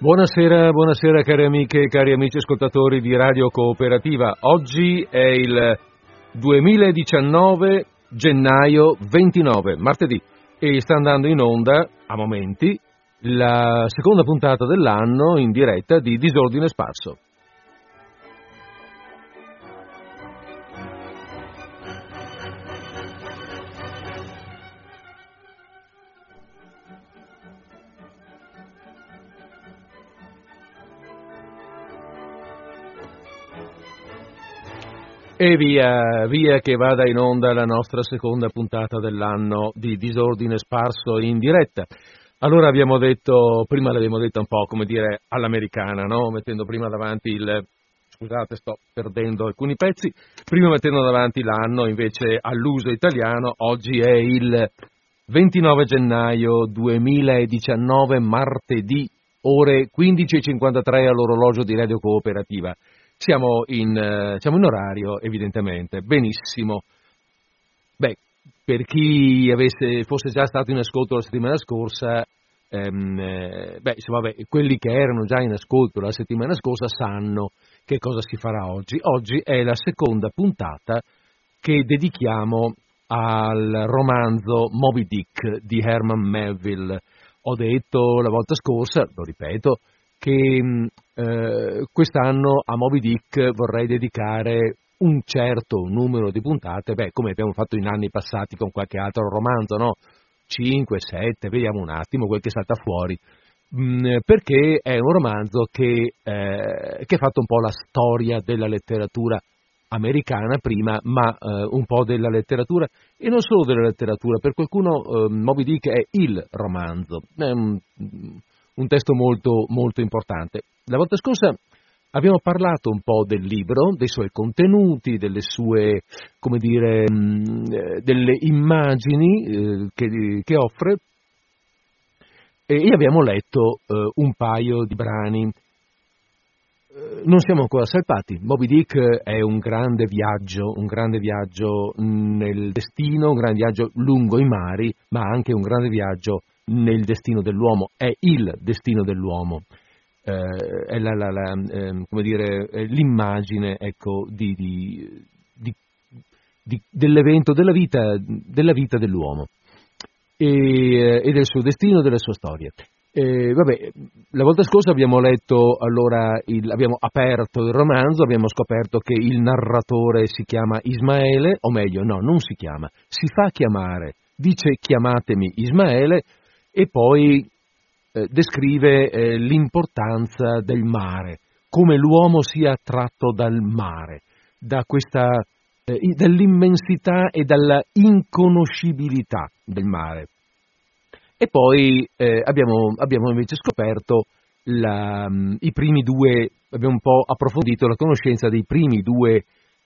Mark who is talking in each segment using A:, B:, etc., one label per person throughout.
A: Buonasera cari amiche e cari amici ascoltatori di Radio Cooperativa. Oggi è il 2019, gennaio 29, martedì, e sta andando in onda, a momenti, la seconda puntata dell'anno in diretta di Disordine Sparso. E via che vada in onda la nostra seconda puntata dell'anno di Disordine Sparso in diretta. Allora prima l'abbiamo detto un po', come dire, all'americana, no? Mettendo prima davanti scusate, sto perdendo alcuni pezzi, prima mettendo davanti l'anno invece all'uso italiano. Oggi è il 29 gennaio 2019, martedì, ore 15:53 all'orologio di Radio Cooperativa. Siamo in orario, evidentemente. Benissimo. Beh, per chi fosse già stato in ascolto la settimana scorsa, quelli che erano già in ascolto la settimana scorsa sanno che cosa si farà oggi. Oggi è la seconda puntata che dedichiamo al romanzo Moby Dick di Herman Melville. Ho detto la volta scorsa, lo ripeto, che quest'anno a Moby Dick vorrei dedicare un certo numero di puntate, come abbiamo fatto in anni passati con qualche altro romanzo, no? 5, 7, vediamo un attimo quel che salta fuori, perché è un romanzo che ha fatto un po' la storia della letteratura americana prima, ma un po' della letteratura, e non solo della letteratura. Per qualcuno Moby Dick è il romanzo, è un testo molto, molto importante. La volta scorsa abbiamo parlato un po' del libro, dei suoi contenuti, delle sue, come dire, delle immagini che offre, e abbiamo letto un paio di brani. Non siamo ancora salpati. Moby Dick è un grande viaggio nel destino, un grande viaggio lungo i mari, ma anche un grande viaggio nel destino dell'uomo. È il destino dell'uomo, è come dire, è l'immagine, ecco, dell'evento della vita dell'uomo e del suo destino e delle sue storie. La volta scorsa abbiamo letto, abbiamo aperto il romanzo, abbiamo scoperto che il narratore si chiama Ismaele, o meglio, no, non si chiama, si fa chiamare, dice chiamatemi Ismaele, e poi descrive l'importanza del mare, come l'uomo sia attratto dal mare, dall'immensità e dalla inconoscibilità del mare. E poi abbiamo invece scoperto i primi due, abbiamo un po' approfondito la conoscenza dei primi due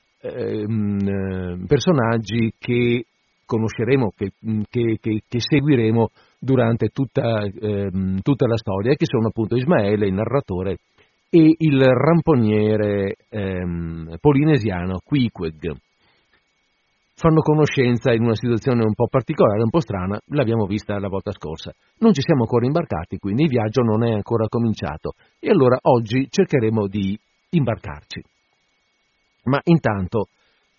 A: personaggi che conosceremo, che seguiremo durante tutta la storia, che sono appunto Ismaele, il narratore, e il ramponiere polinesiano Queequeg. Fanno conoscenza in una situazione un po' particolare, un po' strana, l'abbiamo vista la volta scorsa. Non ci siamo ancora imbarcati, quindi il viaggio non è ancora cominciato, e allora oggi cercheremo di imbarcarci. Ma intanto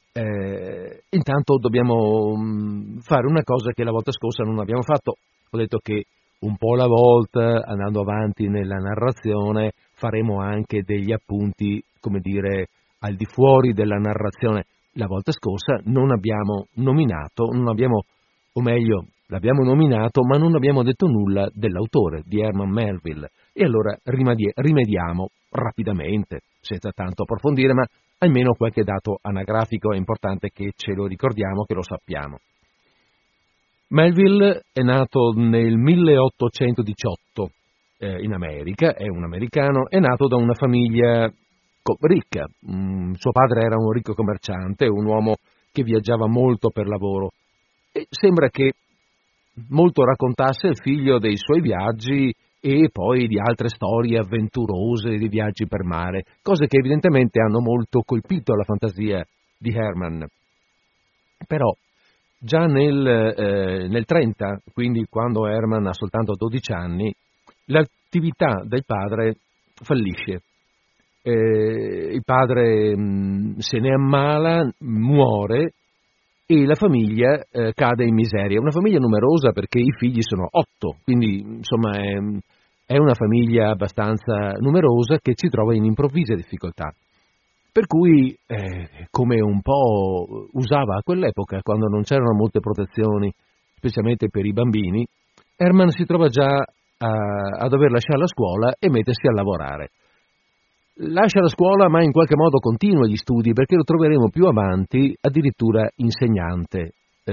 A: dobbiamo fare una cosa che la volta scorsa non abbiamo fatto. Ho detto che un po' alla volta, andando avanti nella narrazione, faremo anche degli appunti, come dire, al di fuori della narrazione. La volta scorsa non abbiamo nominato, o meglio, l'abbiamo nominato, ma non abbiamo detto nulla dell'autore, di Herman Melville. E allora rimediamo rapidamente, senza tanto approfondire, ma almeno qualche dato anagrafico è importante che ce lo ricordiamo, che lo sappiamo. Melville è nato nel 1818 in America, è un americano, è nato da una famiglia ricca. Suo padre era un ricco commerciante, un uomo che viaggiava molto per lavoro, e sembra che molto raccontasse al figlio dei suoi viaggi e poi di altre storie avventurose di viaggi per mare, cose che evidentemente hanno molto colpito la fantasia di Herman. Però già nel 30, quindi quando Herman ha soltanto 12 anni, l'attività del padre fallisce. Il padre se ne ammala, muore e la famiglia cade in miseria. Una famiglia numerosa perché i figli sono 8, quindi insomma è una famiglia abbastanza numerosa che si trova in improvvise difficoltà. Per cui, come un po' usava a quell'epoca, quando non c'erano molte protezioni, specialmente per i bambini, Hermann si trova già a dover lasciare la scuola e mettersi a lavorare. Lascia la scuola, ma in qualche modo continua gli studi, perché lo troveremo più avanti addirittura insegnante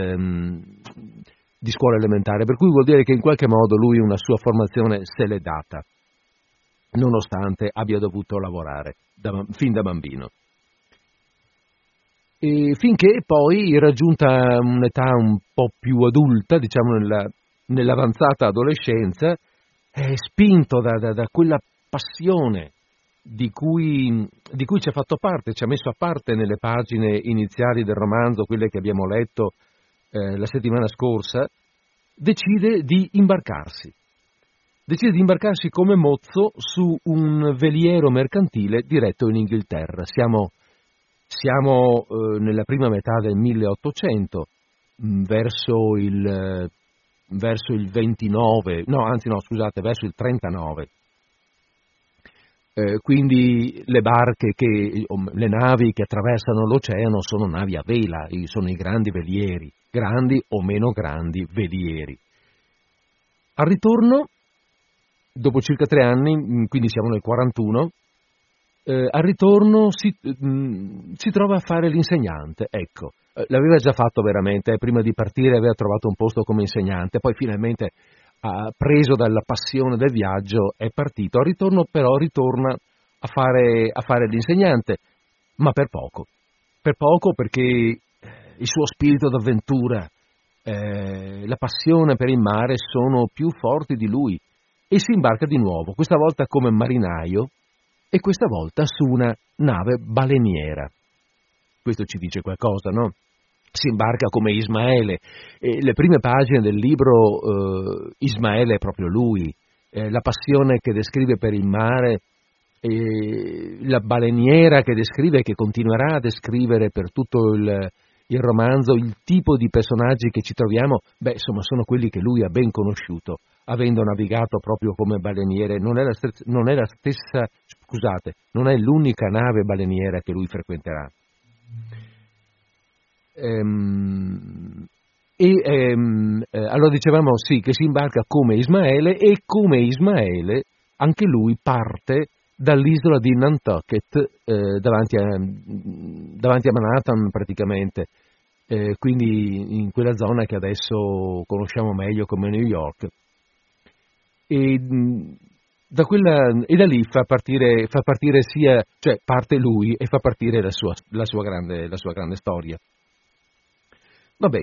A: di scuola elementare, per cui vuol dire che in qualche modo lui una sua formazione se l'è data, nonostante abbia dovuto lavorare fin da bambino. E finché poi, raggiunta un'età un po' più adulta, diciamo nell'avanzata adolescenza, è spinto da quella passione di cui ci ha fatto parte, ci ha messo a parte nelle pagine iniziali del romanzo, quelle che abbiamo letto la settimana scorsa, decide di imbarcarsi come mozzo su un veliero mercantile diretto in Inghilterra. Siamo nella prima metà del 1800, verso il 29, verso il 39. Quindi le navi che attraversano l'oceano sono navi a vela, sono i grandi velieri, grandi o meno grandi velieri. Al ritorno, dopo circa 3 anni, quindi siamo nel 41, al ritorno si trova a fare l'insegnante, ecco. L'aveva già fatto veramente, prima di partire aveva trovato un posto come insegnante, poi finalmente, preso dalla passione del viaggio, è partito. Al ritorno però ritorna a fare l'insegnante, ma per poco perché il suo spirito d'avventura, la passione per il mare sono più forti di lui e si imbarca di nuovo, questa volta come marinaio e questa volta su una nave baleniera. Questo ci dice qualcosa, no? Si imbarca come Ismaele. Le prime pagine del libro, Ismaele è proprio lui. La passione che descrive per il mare, la baleniera che descrive e che continuerà a descrivere per tutto il romanzo, il tipo di personaggi che ci troviamo, sono quelli che lui ha ben conosciuto, avendo navigato proprio come baleniere. Non è l'unica nave baleniera che lui frequenterà. Allora dicevamo sì, che si imbarca come Ismaele, e come Ismaele anche lui parte dall'isola di Nantucket, davanti a Manhattan praticamente, quindi in quella zona che adesso conosciamo meglio come New York, e da lì parte lui e fa partire la sua grande storia. Vabbè,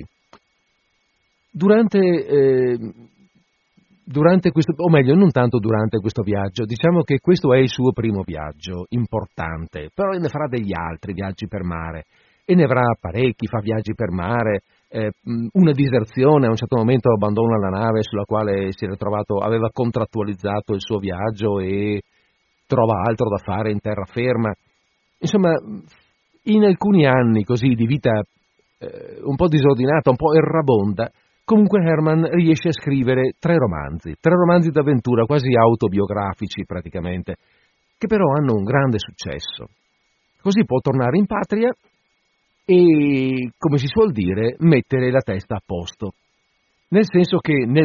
A: durante questo, o meglio, non tanto durante questo viaggio, diciamo che questo è il suo primo viaggio importante, però ne farà degli altri viaggi per mare, e ne avrà parecchi, fa viaggi per mare, una diserzione, a un certo momento abbandona la nave sulla quale si era trovato, aveva contrattualizzato il suo viaggio e trova altro da fare in terraferma. Insomma, in alcuni anni così di vita un po' disordinata, un po' errabonda, comunque Hermann riesce a scrivere 3 romanzi d'avventura, quasi autobiografici praticamente, che però hanno un grande successo. Così può tornare in patria e, come si suol dire, mettere la testa a posto. Nel senso che nel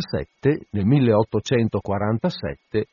A: 1847,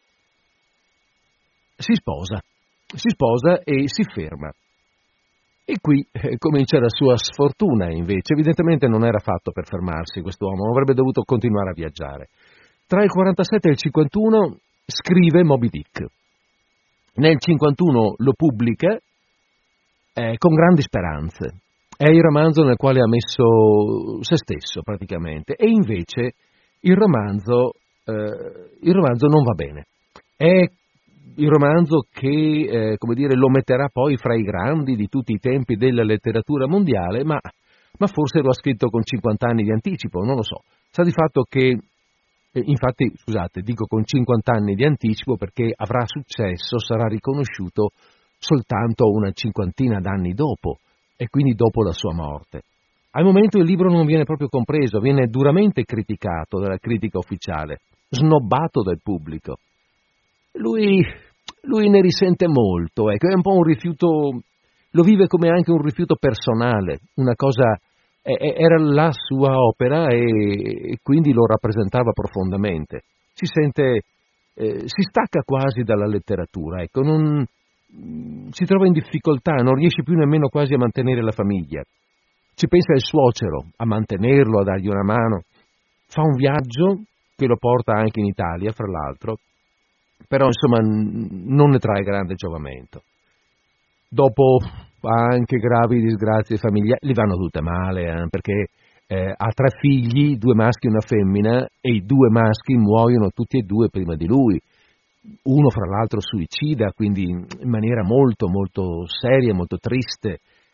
A: si sposa e si ferma. E qui comincia la sua sfortuna, invece. Evidentemente non era fatto per fermarsi quest'uomo, avrebbe dovuto continuare a viaggiare. Tra il 47 e il 51 scrive Moby Dick. Nel 51 lo pubblica con grandi speranze. È il romanzo nel quale ha messo se stesso praticamente, e invece il romanzo non va bene. È il romanzo che lo metterà poi fra i grandi di tutti i tempi della letteratura mondiale, ma forse lo ha scritto con 50 anni di anticipo, non lo so. Sta di fatto che Infatti, scusate, dico con 50 anni di anticipo perché avrà successo, sarà riconosciuto soltanto una cinquantina d'anni dopo, e quindi dopo la sua morte. Al momento il libro non viene proprio compreso, viene duramente criticato dalla critica ufficiale, snobbato dal pubblico. Lui ne risente molto, ecco, è un po' un rifiuto, lo vive come anche un rifiuto personale, una cosa, era la sua opera e quindi lo rappresentava profondamente. Si sente, si stacca quasi dalla letteratura, ecco, si trova in difficoltà, non riesce più nemmeno quasi a mantenere la famiglia. Ci pensa il suocero a mantenerlo, a dargli una mano. Fa un viaggio che lo porta anche in Italia, fra l'altro, però insomma non ne trae grande giovamento. Dopo anche gravi disgrazie familiari, gli vanno tutte male, perché ha 3 figli, 2 maschi e una femmina, e i 2 maschi muoiono tutti e 2 prima di lui. Uno fra l'altro suicida, quindi in maniera molto molto seria, molto triste,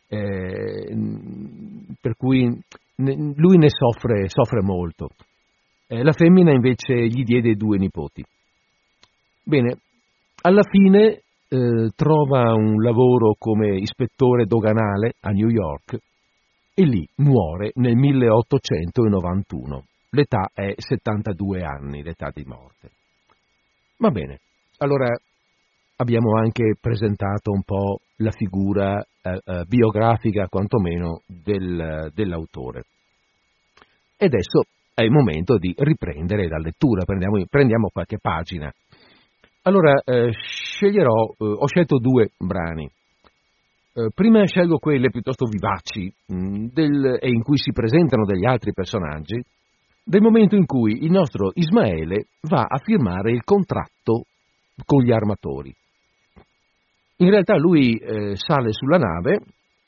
A: per cui lui ne soffre molto. La femmina invece gli diede 2 nipoti. Bene, alla fine trova un lavoro come ispettore doganale a New York e lì muore nel 1891. L'età è 72 anni, l'età di morte. Va bene, allora abbiamo anche presentato un po' la figura biografica, quantomeno, dell'autore. E adesso è il momento di riprendere la lettura, prendiamo qualche pagina. Allora, ho scelto 2 brani. Prima scelgo quelle piuttosto vivaci e in cui si presentano degli altri personaggi, del momento in cui il nostro Ismaele va a firmare il contratto con gli armatori. In realtà lui sale sulla nave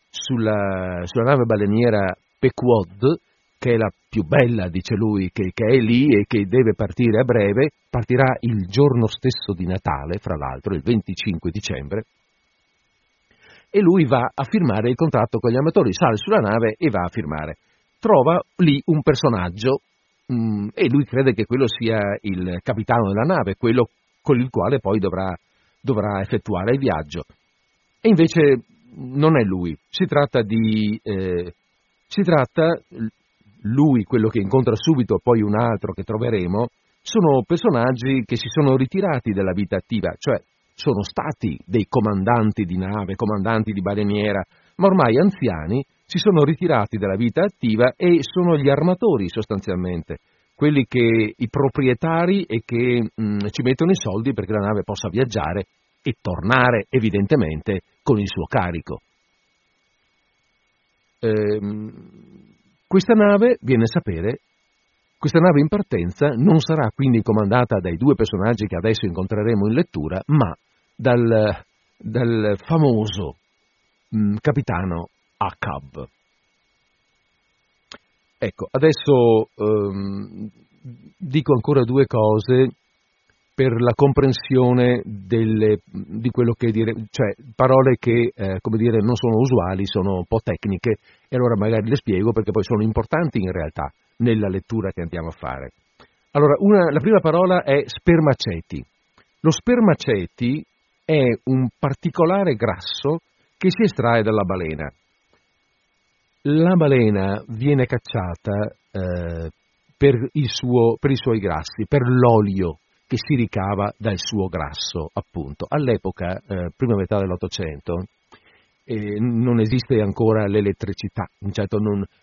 A: baleniera Pequod, che è la più bella, dice lui, che è lì e che deve partire a breve, partirà il giorno stesso di Natale, fra l'altro, il 25 dicembre, e lui va a firmare il contratto con gli armatori, sale sulla nave e va a firmare. Trova lì un personaggio e lui crede che quello sia il capitano della nave, quello con il quale poi dovrà effettuare il viaggio. E invece non è lui, si tratta lui, quello che incontra subito, poi un altro che troveremo, sono personaggi che si sono ritirati dalla vita attiva, cioè sono stati dei comandanti di nave, comandanti di baleniera, ma ormai anziani, si sono ritirati dalla vita attiva e sono gli armatori sostanzialmente, quelli che i proprietari e che ci mettono i soldi perché la nave possa viaggiare e tornare evidentemente con il suo carico. Questa nave, viene a sapere, questa nave in partenza non sarà quindi comandata dai 2 personaggi che adesso incontreremo in lettura, ma dal famoso capitano Ahab. Ecco, adesso dico ancora 2 cose per la comprensione di quello che dire, cioè parole che non sono usuali, sono un po' tecniche, e allora magari le spiego perché poi sono importanti in realtà nella lettura che andiamo a fare. Allora, la prima parola è spermaceti. Lo spermaceti è un particolare grasso che si estrae dalla balena. La balena viene cacciata per i suoi grassi, per l'olio che si ricava dal suo grasso, appunto. All'epoca, prima metà dell'Ottocento, non esiste ancora l'elettricità, certo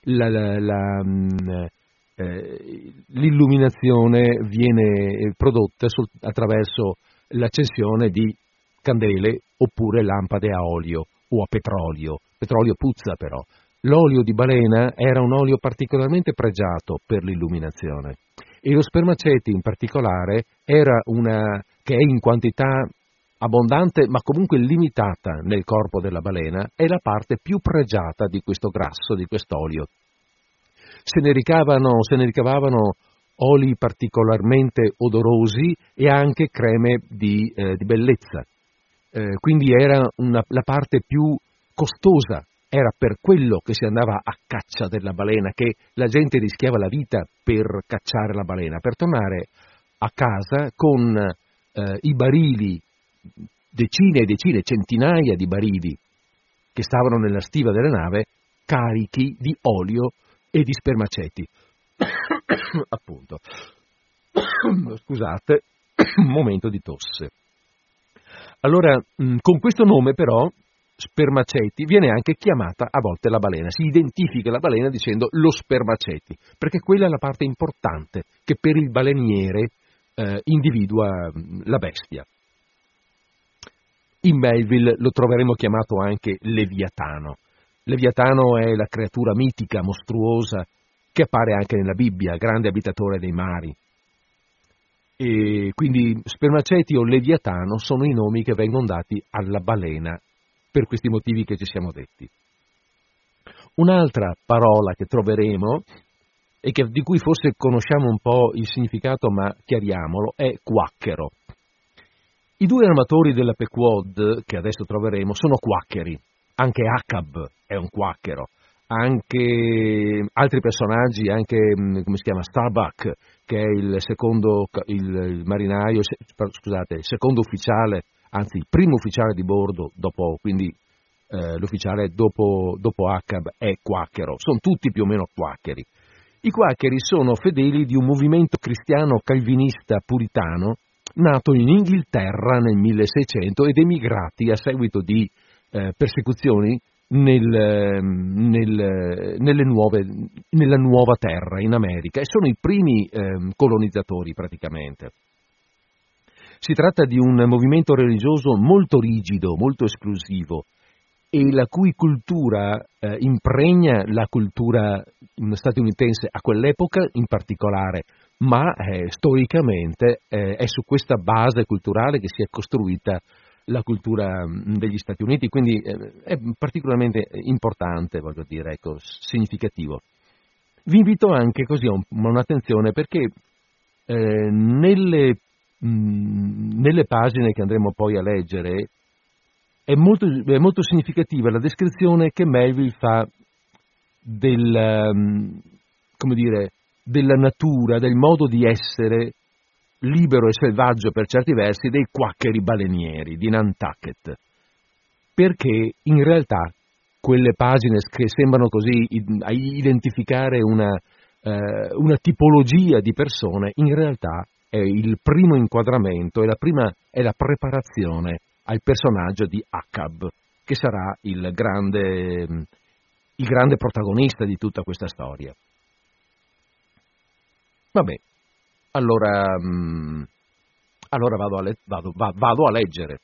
A: l'illuminazione viene prodotta attraverso l'accensione di candele oppure lampade a olio o a petrolio. Petrolio puzza però. L'olio di balena era un olio particolarmente pregiato per l'illuminazione. E lo spermaceti in particolare che è in quantità abbondante ma comunque limitata nel corpo della balena, è la parte più pregiata di questo grasso, di quest'olio. Se ne ricavavano oli particolarmente odorosi e anche creme di bellezza. Quindi era la parte più costosa, era per quello che si andava a caccia della balena, che la gente rischiava la vita per cacciare la balena, per tornare a casa con i barili, decine e decine, centinaia di barili che stavano nella stiva della nave, carichi di olio e di spermaceti. Appunto. Scusate, un momento di tosse. Allora, con questo nome però, spermaceti, viene anche chiamata a volte la balena. Si identifica la balena dicendo lo spermaceti, perché quella è la parte importante che per il baleniere individua la bestia. In Melville lo troveremo chiamato anche Leviatano. Leviatano è la creatura mitica, mostruosa, che appare anche nella Bibbia, grande abitatore dei mari. E quindi spermaceti o Leviatano sono i nomi che vengono dati alla balena per questi motivi che ci siamo detti. Un'altra parola che troveremo e di cui forse conosciamo un po' il significato, ma chiariamolo, è quacchero. I due armatori della Pequod, che adesso troveremo, sono quaccheri. Anche Acab è un quacchero. Anche altri personaggi, anche, come si chiama, Starbuck, che è il secondo, il marinaio, scusate, il secondo ufficiale, anzi il primo ufficiale di bordo, dopo, quindi l'ufficiale dopo Acab è quacchero. Sono tutti più o meno quaccheri. I quaccheri sono fedeli di un movimento cristiano calvinista puritano nato in Inghilterra nel 1600 ed emigrati a seguito di persecuzioni nella nuova terra in America, e sono i primi colonizzatori praticamente. Si tratta di un movimento religioso molto rigido, molto esclusivo, e la cui cultura impregna la cultura statunitense a quell'epoca in particolare, ma storicamente è su questa base culturale che si è costruita la cultura degli Stati Uniti, quindi è particolarmente importante, voglio dire, ecco, significativo. Vi invito anche così a un'attenzione, perché nelle pagine che andremo poi a leggere è molto significativa la descrizione che Melville fa della natura, del modo di essere libero e selvaggio per certi versi dei quaccheri balenieri di Nantucket, perché in realtà quelle pagine che sembrano così a identificare una tipologia di persone, in realtà è il primo inquadramento, è la preparazione al personaggio di Acab, che sarà il grande protagonista di tutta questa storia. Vabbè, allora vado a leggere.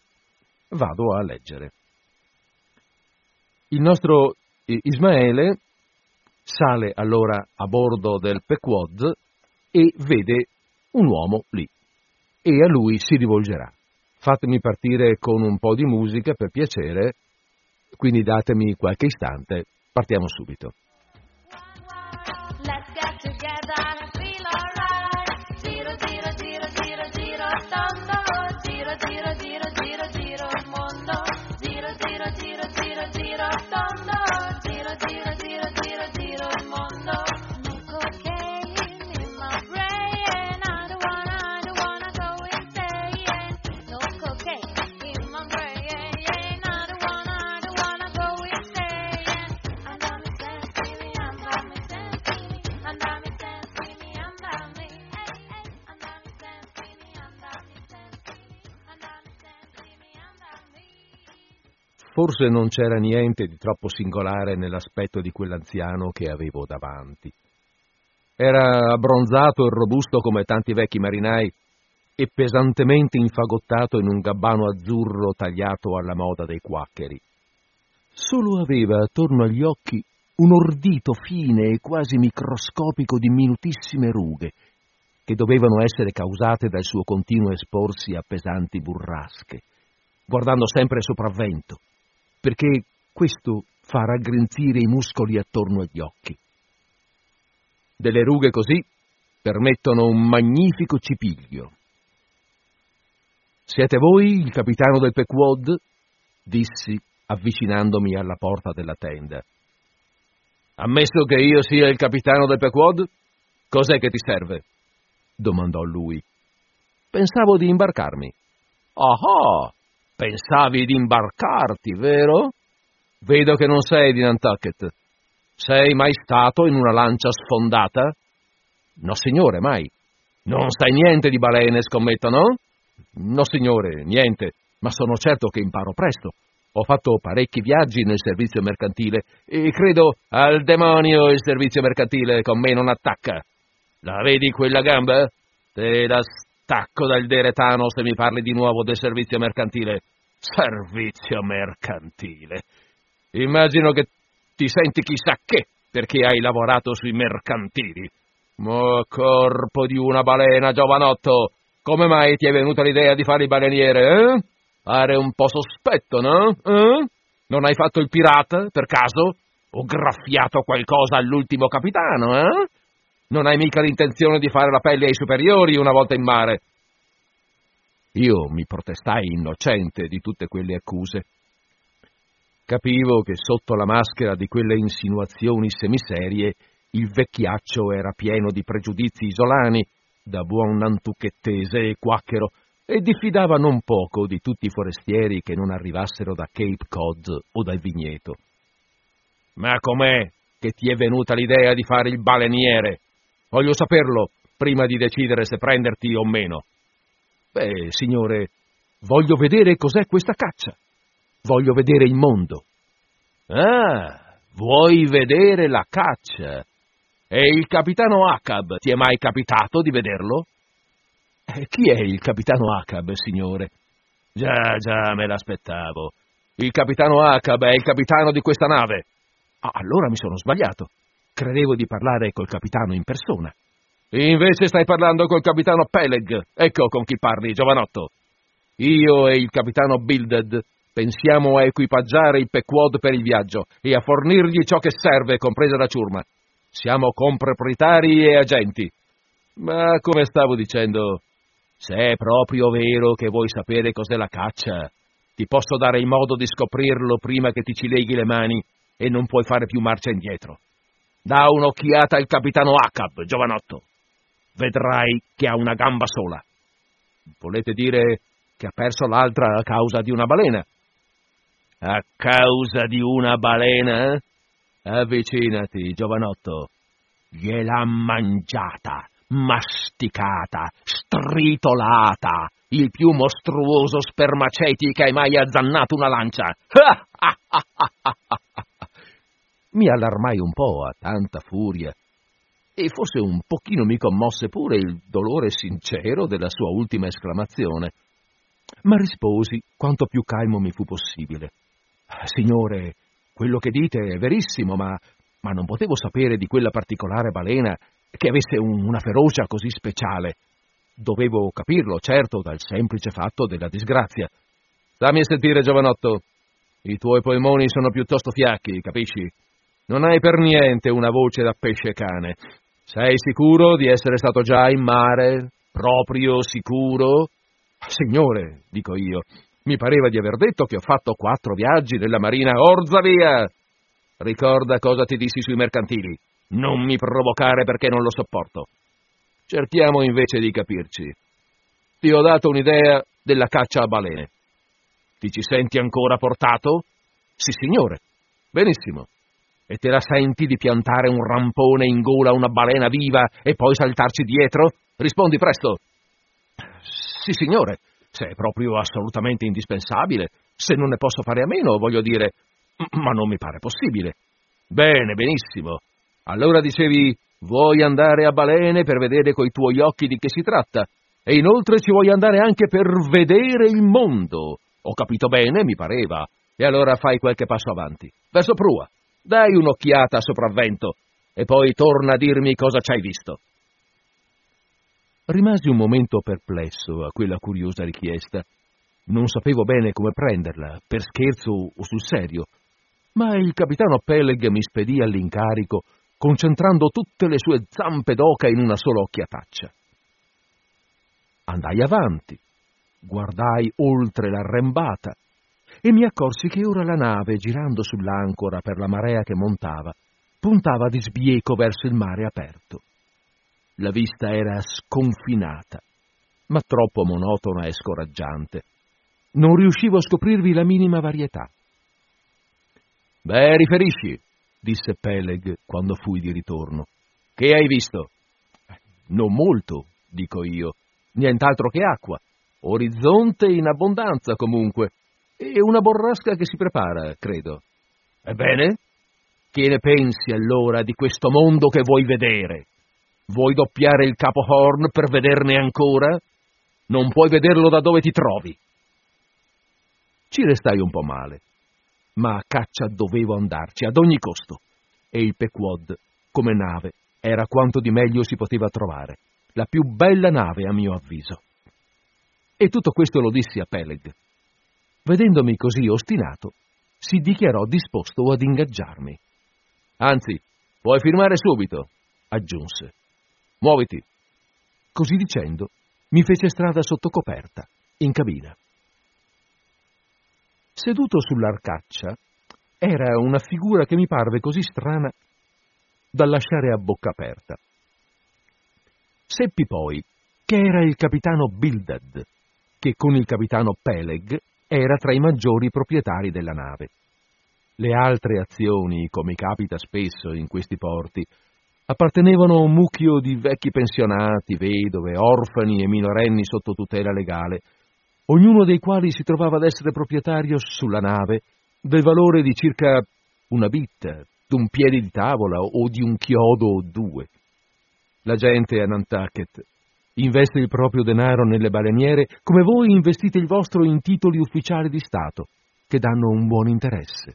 A: Il nostro Ismaele sale allora a bordo del Pequod e vede un uomo lì, e a lui si rivolgerà. Fatemi partire con un po' di musica, per piacere, quindi datemi qualche istante, partiamo subito. Let's get together, feel alright. Giro, giro, giro, giro, giro, tondo. Giro, giro, giro, giro, giro, mondo. Giro, giro, giro, giro, giro, tondo. Giro, giro, giro, giro, giro, mondo. No cocaine in my brain. I don't wanna go insane. No cocaine in my brain. I don't wanna go insane. Andami sentimi, andami sentimi, andami sentimi, andami, andami sentimi, andami sentimi, andami sentimi, andami. Forse non c'era niente di troppo singolare nell'aspetto di quell'anziano che avevo davanti. Era abbronzato e robusto come tanti vecchi marinai e pesantemente infagottato in un gabbano azzurro tagliato alla moda dei quaccheri. Solo aveva attorno agli occhi un ordito fine e quasi microscopico di minutissime rughe, che dovevano essere causate dal suo continuo esporsi a pesanti burrasche, guardando sempre il sopravvento, perché questo fa raggrinzire i muscoli attorno agli occhi. Delle rughe così permettono un magnifico cipiglio. «Siete voi il capitano del Pequod?» dissi avvicinandomi alla porta della tenda. «Ammesso che io sia il capitano del Pequod, cos'è che ti serve?» domandò lui. «Pensavo di imbarcarmi». «Ah, pensavi di imbarcarti, vero? Vedo che non sei di Nantucket. Sei mai stato in una lancia sfondata?» «No, signore, mai». «Non sai niente di balene, scommetto, no?» «No, signore, niente, ma sono certo che imparo presto. Ho fatto parecchi viaggi nel servizio mercantile e credo al demonio il servizio mercantile con me non attacca. La vedi quella gamba? Te la stacco dal deretano se mi parli di nuovo del servizio mercantile. Servizio mercantile. Immagino che ti senti chissà che perché hai lavorato sui mercantili. Ma corpo di una balena, giovanotto, come mai ti è venuta l'idea di fare il baleniere, eh? Pare un po' sospetto, no? Non hai fatto il pirata, per caso? O graffiato qualcosa all'ultimo capitano, eh? Non hai mica l'intenzione di fare la pelle ai superiori una volta in mare? Io mi protestai innocente di tutte quelle accuse. Capivo che sotto la maschera di quelle insinuazioni semiserie il vecchiaccio era pieno di pregiudizi isolani, da buon nantucchettese e quacchero, e diffidava non poco di tutti i forestieri che non arrivassero da Cape Cod o dal vigneto. «Ma com'è che ti è venuta l'idea di fare il baleniere? Voglio saperlo prima di decidere se prenderti o meno». «Beh, signore, voglio vedere cos'è questa caccia. Voglio vedere il mondo». «Ah, vuoi vedere la caccia? E il capitano Ahab ti è mai capitato di vederlo?» «Chi è il capitano Ahab, signore?» Già, me l'aspettavo. Il capitano Ahab è il capitano di questa nave». «Ah, allora mi sono sbagliato. Credevo di parlare col capitano in persona». «Invece stai parlando col capitano Peleg. Ecco con chi parli, giovanotto. Io e il capitano Bildad pensiamo a equipaggiare il Pequod per il viaggio e a fornirgli ciò che serve, compresa la ciurma. Siamo comproprietari e agenti. Ma come stavo dicendo, se è proprio vero che vuoi sapere cos'è la caccia, ti posso dare il modo di scoprirlo prima che ti ci leghi le mani e non puoi fare più marcia indietro. Da un'occhiata al capitano Ahab, giovanotto. Vedrai che ha una gamba sola». «Volete dire che ha perso l'altra a causa di una balena?» «A causa di una balena? Avvicinati, giovanotto. Gliel'ha mangiata, masticata, stritolata, il più mostruoso spermaceti che hai mai azzannato una lancia». Mi allarmai un po' a tanta furia, e forse un pochino mi commosse pure il dolore sincero della sua ultima esclamazione. Ma risposi quanto più calmo mi fu possibile. «Signore, quello che dite è verissimo, ma non potevo sapere di quella particolare balena che avesse una ferocia così speciale. Dovevo capirlo, certo, dal semplice fatto della disgrazia». «Stammi a sentire, giovanotto. I tuoi polmoni sono piuttosto fiacchi, capisci? Non hai per niente una voce da pesce cane. Sei sicuro di essere stato già in mare? Proprio sicuro?» «Signore», dico io, «mi pareva di aver detto che ho fatto 4 viaggi nella marina». «Orza via! Ricorda cosa ti dissi sui mercantili. Non mi provocare perché non lo sopporto. Cerchiamo invece di capirci. Ti ho dato un'idea della caccia a balene. Ti ci senti ancora portato?» «Sì, signore». «Benissimo. E te la senti di piantare un rampone in gola a una balena viva e poi saltarci dietro? Rispondi presto». «Sì, signore, se è proprio assolutamente indispensabile, se non ne posso fare a meno, voglio dire, ma non mi pare possibile». «Bene, benissimo. Allora dicevi, vuoi andare a balene per vedere coi tuoi occhi di che si tratta, e inoltre ci vuoi andare anche per vedere il mondo. Ho capito bene, mi pareva. E allora fai qualche passo avanti, verso prua. Dai un'occhiata a sopravvento e poi torna a dirmi cosa ci hai visto». Rimasi un momento perplesso a quella curiosa richiesta. Non sapevo bene come prenderla, per scherzo o sul serio, ma il capitano Peleg mi spedì all'incarico, concentrando tutte le sue zampe d'oca in una sola occhiataccia. Andai avanti, guardai oltre l'arrembata e mi accorsi che ora la nave, girando sull'ancora per la marea che montava, puntava di sbieco verso il mare aperto. La vista era sconfinata, ma troppo monotona e scoraggiante. Non riuscivo a scoprirvi la minima varietà. «Beh, riferisci», disse Peleg quando fui di ritorno. «Che hai visto?» «Non molto», dico io, «nient'altro che acqua, orizzonte in abbondanza comunque, e una borrasca che si prepara, credo». «Ebbene? Che ne pensi allora di questo mondo che vuoi vedere? Vuoi doppiare il Capo Horn per vederne ancora? Non puoi vederlo da dove ti trovi». Ci restai un po' male, ma a caccia dovevo andarci ad ogni costo, e il Pequod, come nave, era quanto di meglio si poteva trovare, la più bella nave a mio avviso. E tutto questo lo dissi a Peleg. Vedendomi così ostinato, si dichiarò disposto ad ingaggiarmi. «Anzi, puoi firmare subito», aggiunse. «Muoviti». Così dicendo, mi fece strada sotto coperta, in cabina. Seduto sull'arcaccia, era una figura che mi parve così strana da lasciare a bocca aperta. Seppi poi che era il capitano Bildad, che con il capitano Peleg era tra i maggiori proprietari della nave. Le altre azioni, come capita spesso in questi porti, appartenevano a un mucchio di vecchi pensionati, vedove, orfani e minorenni sotto tutela legale, ognuno dei quali si trovava ad essere proprietario sulla nave del valore di circa una bitta, d'un piede di tavola o di un chiodo o due. La gente a Nantucket investe il proprio denaro nelle baleniere come voi investite il vostro in titoli ufficiali di Stato, che danno un buon interesse.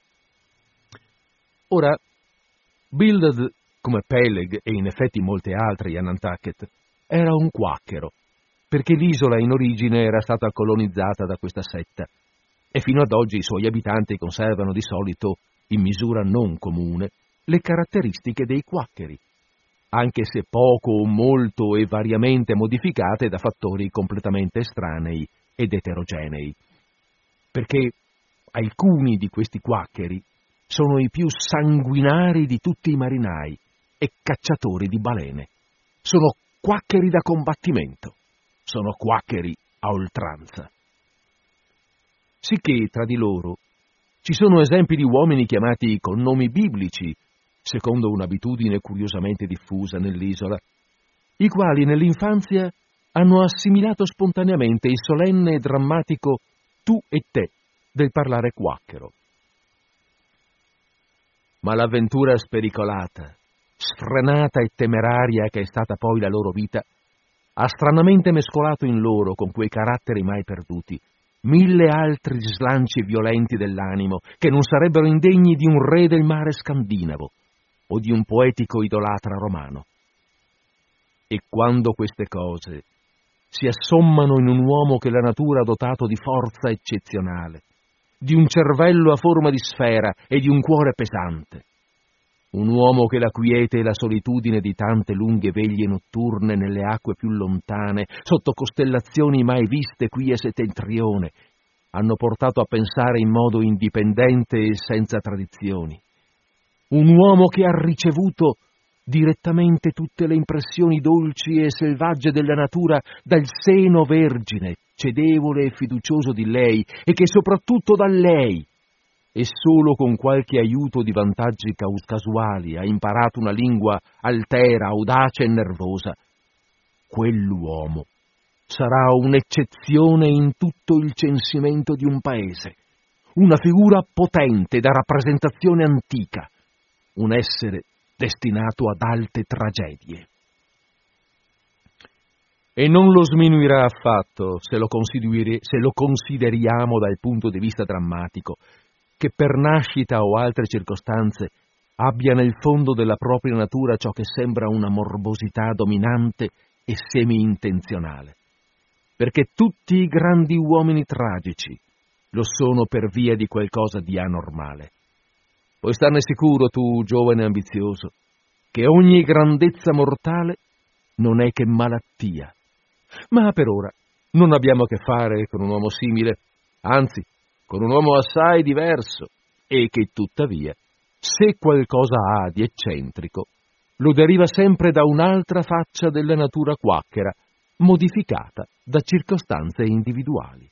A: Ora, Bildad, come Peleg e in effetti molti altri a Nantucket, era un quacchero, perché l'isola in origine era stata colonizzata da questa setta, e fino ad oggi i suoi abitanti conservano di solito, in misura non comune, le caratteristiche dei quaccheri, anche se poco o molto e variamente modificate da fattori completamente estranei ed eterogenei. Perché alcuni di questi quaccheri sono i più sanguinari di tutti i marinai e cacciatori di balene. Sono quaccheri da combattimento. Sono quaccheri a oltranza. Sicché tra di loro ci sono esempi di uomini chiamati con nomi biblici, secondo un'abitudine curiosamente diffusa nell'isola, i quali nell'infanzia hanno assimilato spontaneamente il solenne e drammatico tu e te del parlare quacchero. Ma l'avventura spericolata, sfrenata e temeraria che è stata poi la loro vita, ha stranamente mescolato in loro, con quei caratteri mai perduti, 1000 altri slanci violenti dell'animo che non sarebbero indegni di un re del mare scandinavo o di un poetico idolatra romano. E quando queste cose si assommano in un uomo che la natura ha dotato di forza eccezionale, di un cervello a forma di sfera e di un cuore pesante, un uomo che la quiete e la solitudine di tante lunghe veglie notturne nelle acque più lontane, sotto costellazioni mai viste qui a settentrione, hanno portato a pensare in modo indipendente e senza tradizioni. Un uomo che ha ricevuto direttamente tutte le impressioni dolci e selvagge della natura dal seno vergine, cedevole e fiducioso di lei, e che soprattutto da lei, e solo con qualche aiuto di vantaggi casuali ha imparato una lingua altera, audace e nervosa. Quell'uomo sarà un'eccezione in tutto il censimento di un paese, una figura potente da rappresentazione antica, un essere destinato ad alte tragedie. E non lo sminuirà affatto se lo consideriamo dal punto di vista drammatico, che per nascita o altre circostanze abbia nel fondo della propria natura ciò che sembra una morbosità dominante e semi-intenzionale. Perché tutti i grandi uomini tragici lo sono per via di qualcosa di anormale. Puoi starne sicuro tu, giovane ambizioso, che ogni grandezza mortale non è che malattia. Ma per ora non abbiamo a che fare con un uomo simile, anzi, con un uomo assai diverso e che, tuttavia, se qualcosa ha di eccentrico, lo deriva sempre da un'altra faccia della natura quacchera, modificata da circostanze individuali.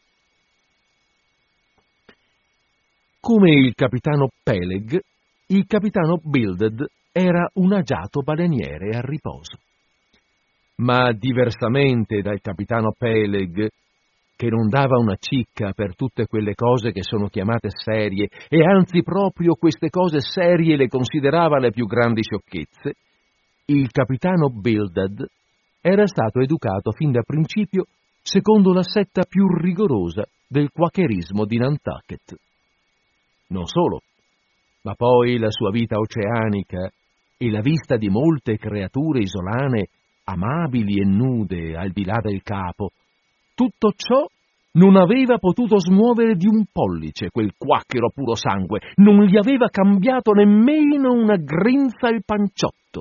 A: Come il capitano Peleg, il capitano Bildad era un agiato baleniere a riposo. Ma diversamente dal capitano Peleg, che non dava una cicca per tutte quelle cose che sono chiamate serie, e anzi proprio queste cose serie le considerava le più grandi sciocchezze, il capitano Bildad era stato educato fin da principio secondo la setta più rigorosa del quacherismo di Nantucket. Non solo, ma poi la sua vita oceanica e la vista di molte creature isolane, amabili e nude al di là del capo, tutto ciò non aveva potuto smuovere di un pollice quel quacchero puro sangue, non gli aveva cambiato nemmeno una grinza il panciotto.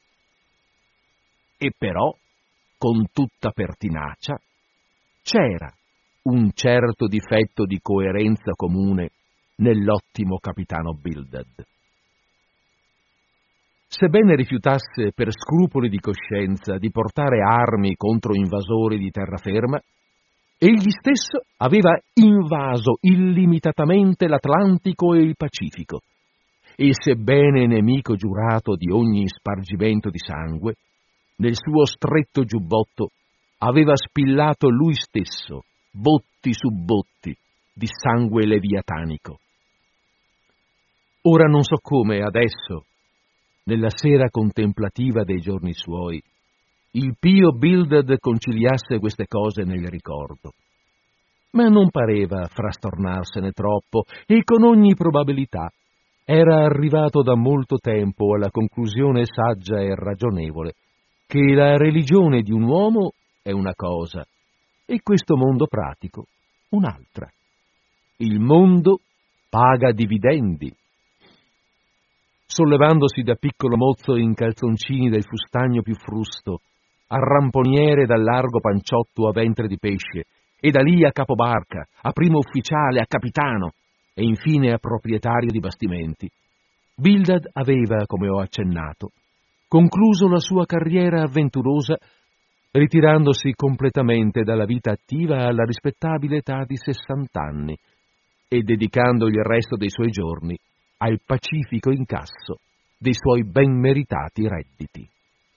A: E però, con tutta pertinacia, c'era un certo difetto di coerenza comune nell'ottimo capitano Bildad. Sebbene rifiutasse per scrupoli di coscienza di portare armi contro invasori di terraferma, egli stesso aveva invaso illimitatamente l'Atlantico e il Pacifico, e sebbene nemico giurato di ogni spargimento di sangue, nel suo stretto giubbotto aveva spillato lui stesso, botti su botti, di sangue leviatanico. Ora non so come adesso, nella sera contemplativa dei giorni suoi, il pio Bildad conciliasse queste cose nel ricordo. Ma non pareva frastornarsene troppo e con ogni probabilità era arrivato da molto tempo alla conclusione saggia e ragionevole che la religione di un uomo è una cosa e questo mondo pratico un'altra. Il mondo paga dividendi. Sollevandosi da piccolo mozzo in calzoncini del fustagno più frusto, a ramponiere dal largo panciotto a ventre di pesce, e da lì a capobarca, a primo ufficiale, a capitano, e infine a proprietario di bastimenti, Bildad aveva, come ho accennato, concluso la sua carriera avventurosa ritirandosi completamente dalla vita attiva alla rispettabile età di 60 anni e dedicando il resto dei suoi giorni al pacifico incasso dei suoi ben meritati redditi.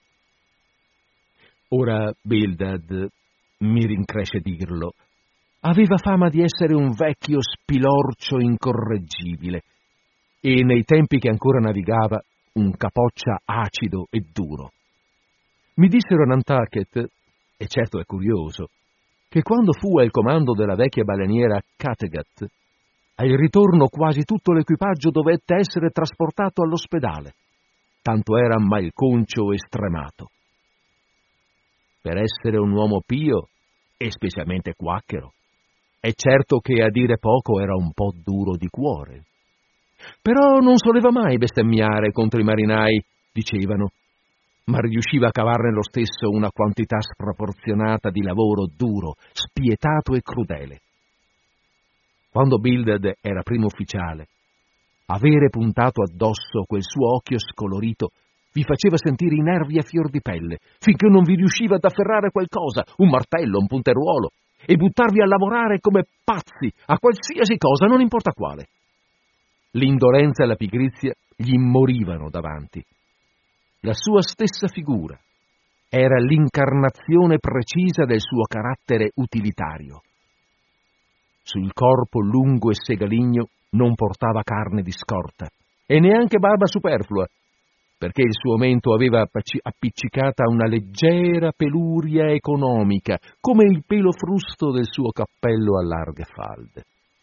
A: Ora Bildad, mi rincresce dirlo, aveva fama di essere un vecchio spilorcio incorreggibile e nei tempi che ancora navigava un capoccia acido e duro. Mi dissero a Nantucket, e certo è curioso, che quando fu al comando della vecchia baleniera Kattegat, al ritorno quasi tutto l'equipaggio dovette essere trasportato all'ospedale, tanto era malconcio e stremato. Per essere un uomo pio, e specialmente quacchero, è certo che a dire poco era un po' duro di cuore. Però non soleva mai bestemmiare contro i marinai, dicevano, ma riusciva a cavarne lo stesso una quantità sproporzionata di lavoro duro, spietato e crudele. Quando Bildad era primo ufficiale, avere puntato addosso quel suo occhio scolorito vi faceva sentire i nervi a fior di pelle, finché non vi riusciva ad afferrare qualcosa, un martello, un punteruolo, e buttarvi a lavorare come pazzi a qualsiasi cosa, non importa quale. L'indolenza e la pigrizia gli morivano davanti. La sua stessa figura era l'incarnazione precisa del suo carattere utilitario. Sul corpo lungo e segaligno non portava carne di scorta e neanche barba superflua, perché il suo mento aveva appiccicata una leggera peluria economica, come il pelo frusto del suo cappello a larghe falde.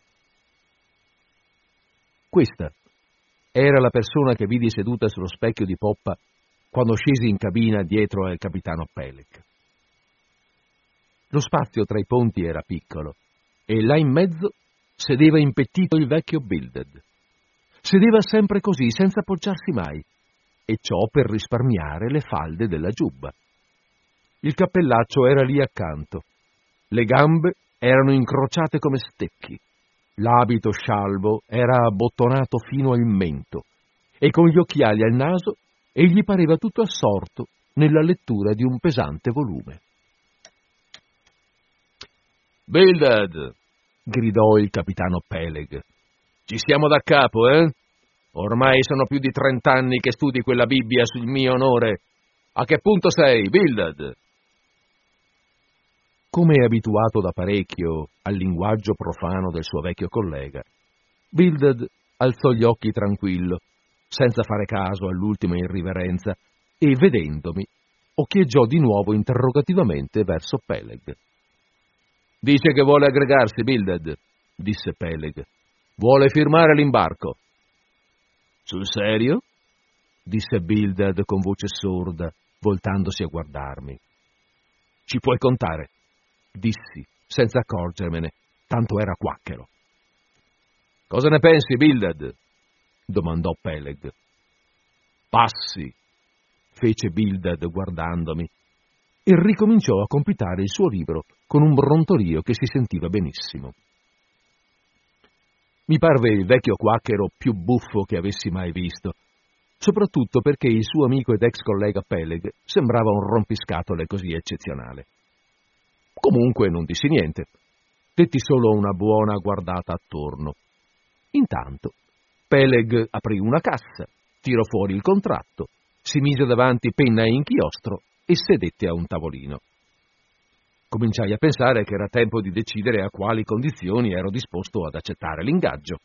A: Questa era la persona che vidi seduta sullo specchio di poppa quando scesi in cabina dietro al capitano Peleg. Lo spazio tra i ponti era piccolo e là in mezzo sedeva impettito il vecchio Bildad. Sedeva sempre così, senza appoggiarsi mai, e ciò per risparmiare le falde della giubba. Il cappellaccio era lì accanto. Le gambe erano incrociate come stecchi. L'abito scialbo era abbottonato fino al mento e con gli occhiali al naso egli pareva tutto assorto nella lettura di un pesante volume. «Bildad!» gridò il capitano Peleg. «Ci siamo da capo, eh? Ormai sono più di 30 anni che studi quella Bibbia sul mio onore. A che punto sei, Bildad?» Come abituato da parecchio al linguaggio profano del suo vecchio collega, Bildad alzò gli occhi tranquillo, senza fare caso all'ultima irriverenza, e vedendomi, occhieggiò di nuovo interrogativamente verso Peleg. «Dice che vuole aggregarsi, Bildad», disse Peleg. «Vuole firmare l'imbarco». «Sul serio?» disse Bildad con voce sorda, voltandosi a guardarmi. «Ci puoi contare», dissi, senza accorgermene, tanto era quacchero. «Cosa ne pensi, Bildad?» domandò Peleg. «Passi», fece Bildad guardandomi, e ricominciò a compitare il suo libro con un brontolio che si sentiva benissimo. Mi parve il vecchio quacchero più buffo che avessi mai visto, soprattutto perché il suo amico ed ex collega Peleg sembrava un rompiscatole così eccezionale. Comunque non dissi niente, detti solo una buona guardata attorno. Intanto Peleg aprì una cassa, tirò fuori il contratto, si mise davanti penna e inchiostro e sedette a un tavolino. Cominciai a pensare che era tempo di decidere a quali condizioni ero disposto ad accettare l'ingaggio.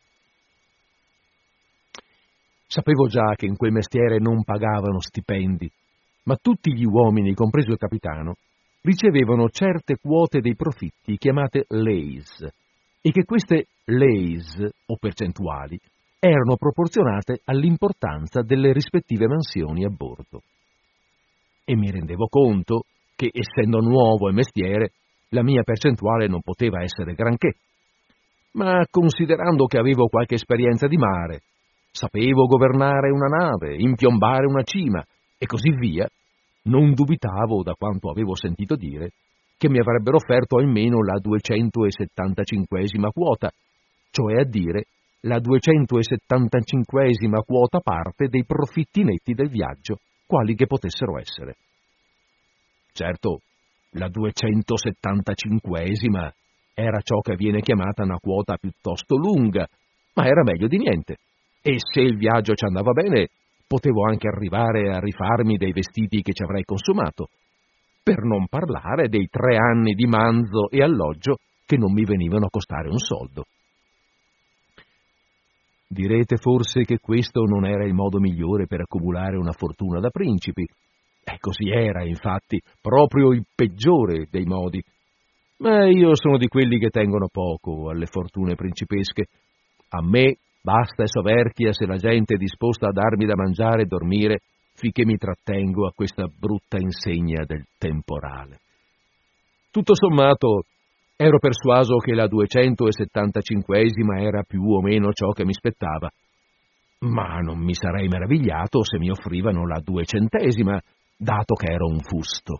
A: Sapevo già che in quel mestiere non pagavano stipendi, ma tutti gli uomini, compreso il capitano, ricevevano certe quote dei profitti chiamate leis, e che queste leis, o percentuali, erano proporzionate all'importanza delle rispettive mansioni a bordo. E mi rendevo conto che, essendo nuovo il mestiere, la mia percentuale non poteva essere granché. Ma considerando che avevo qualche esperienza di mare, sapevo governare una nave, impiombare una cima e così via, non dubitavo, da quanto avevo sentito dire, che mi avrebbero offerto almeno la 275esima quota, cioè a dire la 275esima quota parte dei profitti netti del viaggio, quali che potessero essere. Certo, la 275esima era ciò che viene chiamata una quota piuttosto lunga, ma era meglio di niente, e se il viaggio ci andava bene, potevo anche arrivare a rifarmi dei vestiti che ci avrei consumato, per non parlare dei 3 anni di manzo e alloggio che non mi venivano a costare un soldo. Direte forse che questo non era il modo migliore per accumulare una fortuna da principi. E così era, infatti, proprio il peggiore dei modi. Ma io sono di quelli che tengono poco alle fortune principesche. A me basta e soverchia se la gente è disposta a darmi da mangiare e dormire finché mi trattengo a questa brutta insegna del temporale. Tutto sommato, ero persuaso che la 275esima era più o meno ciò che mi spettava, ma non mi sarei meravigliato se mi offrivano la 200esima, dato che ero un fusto.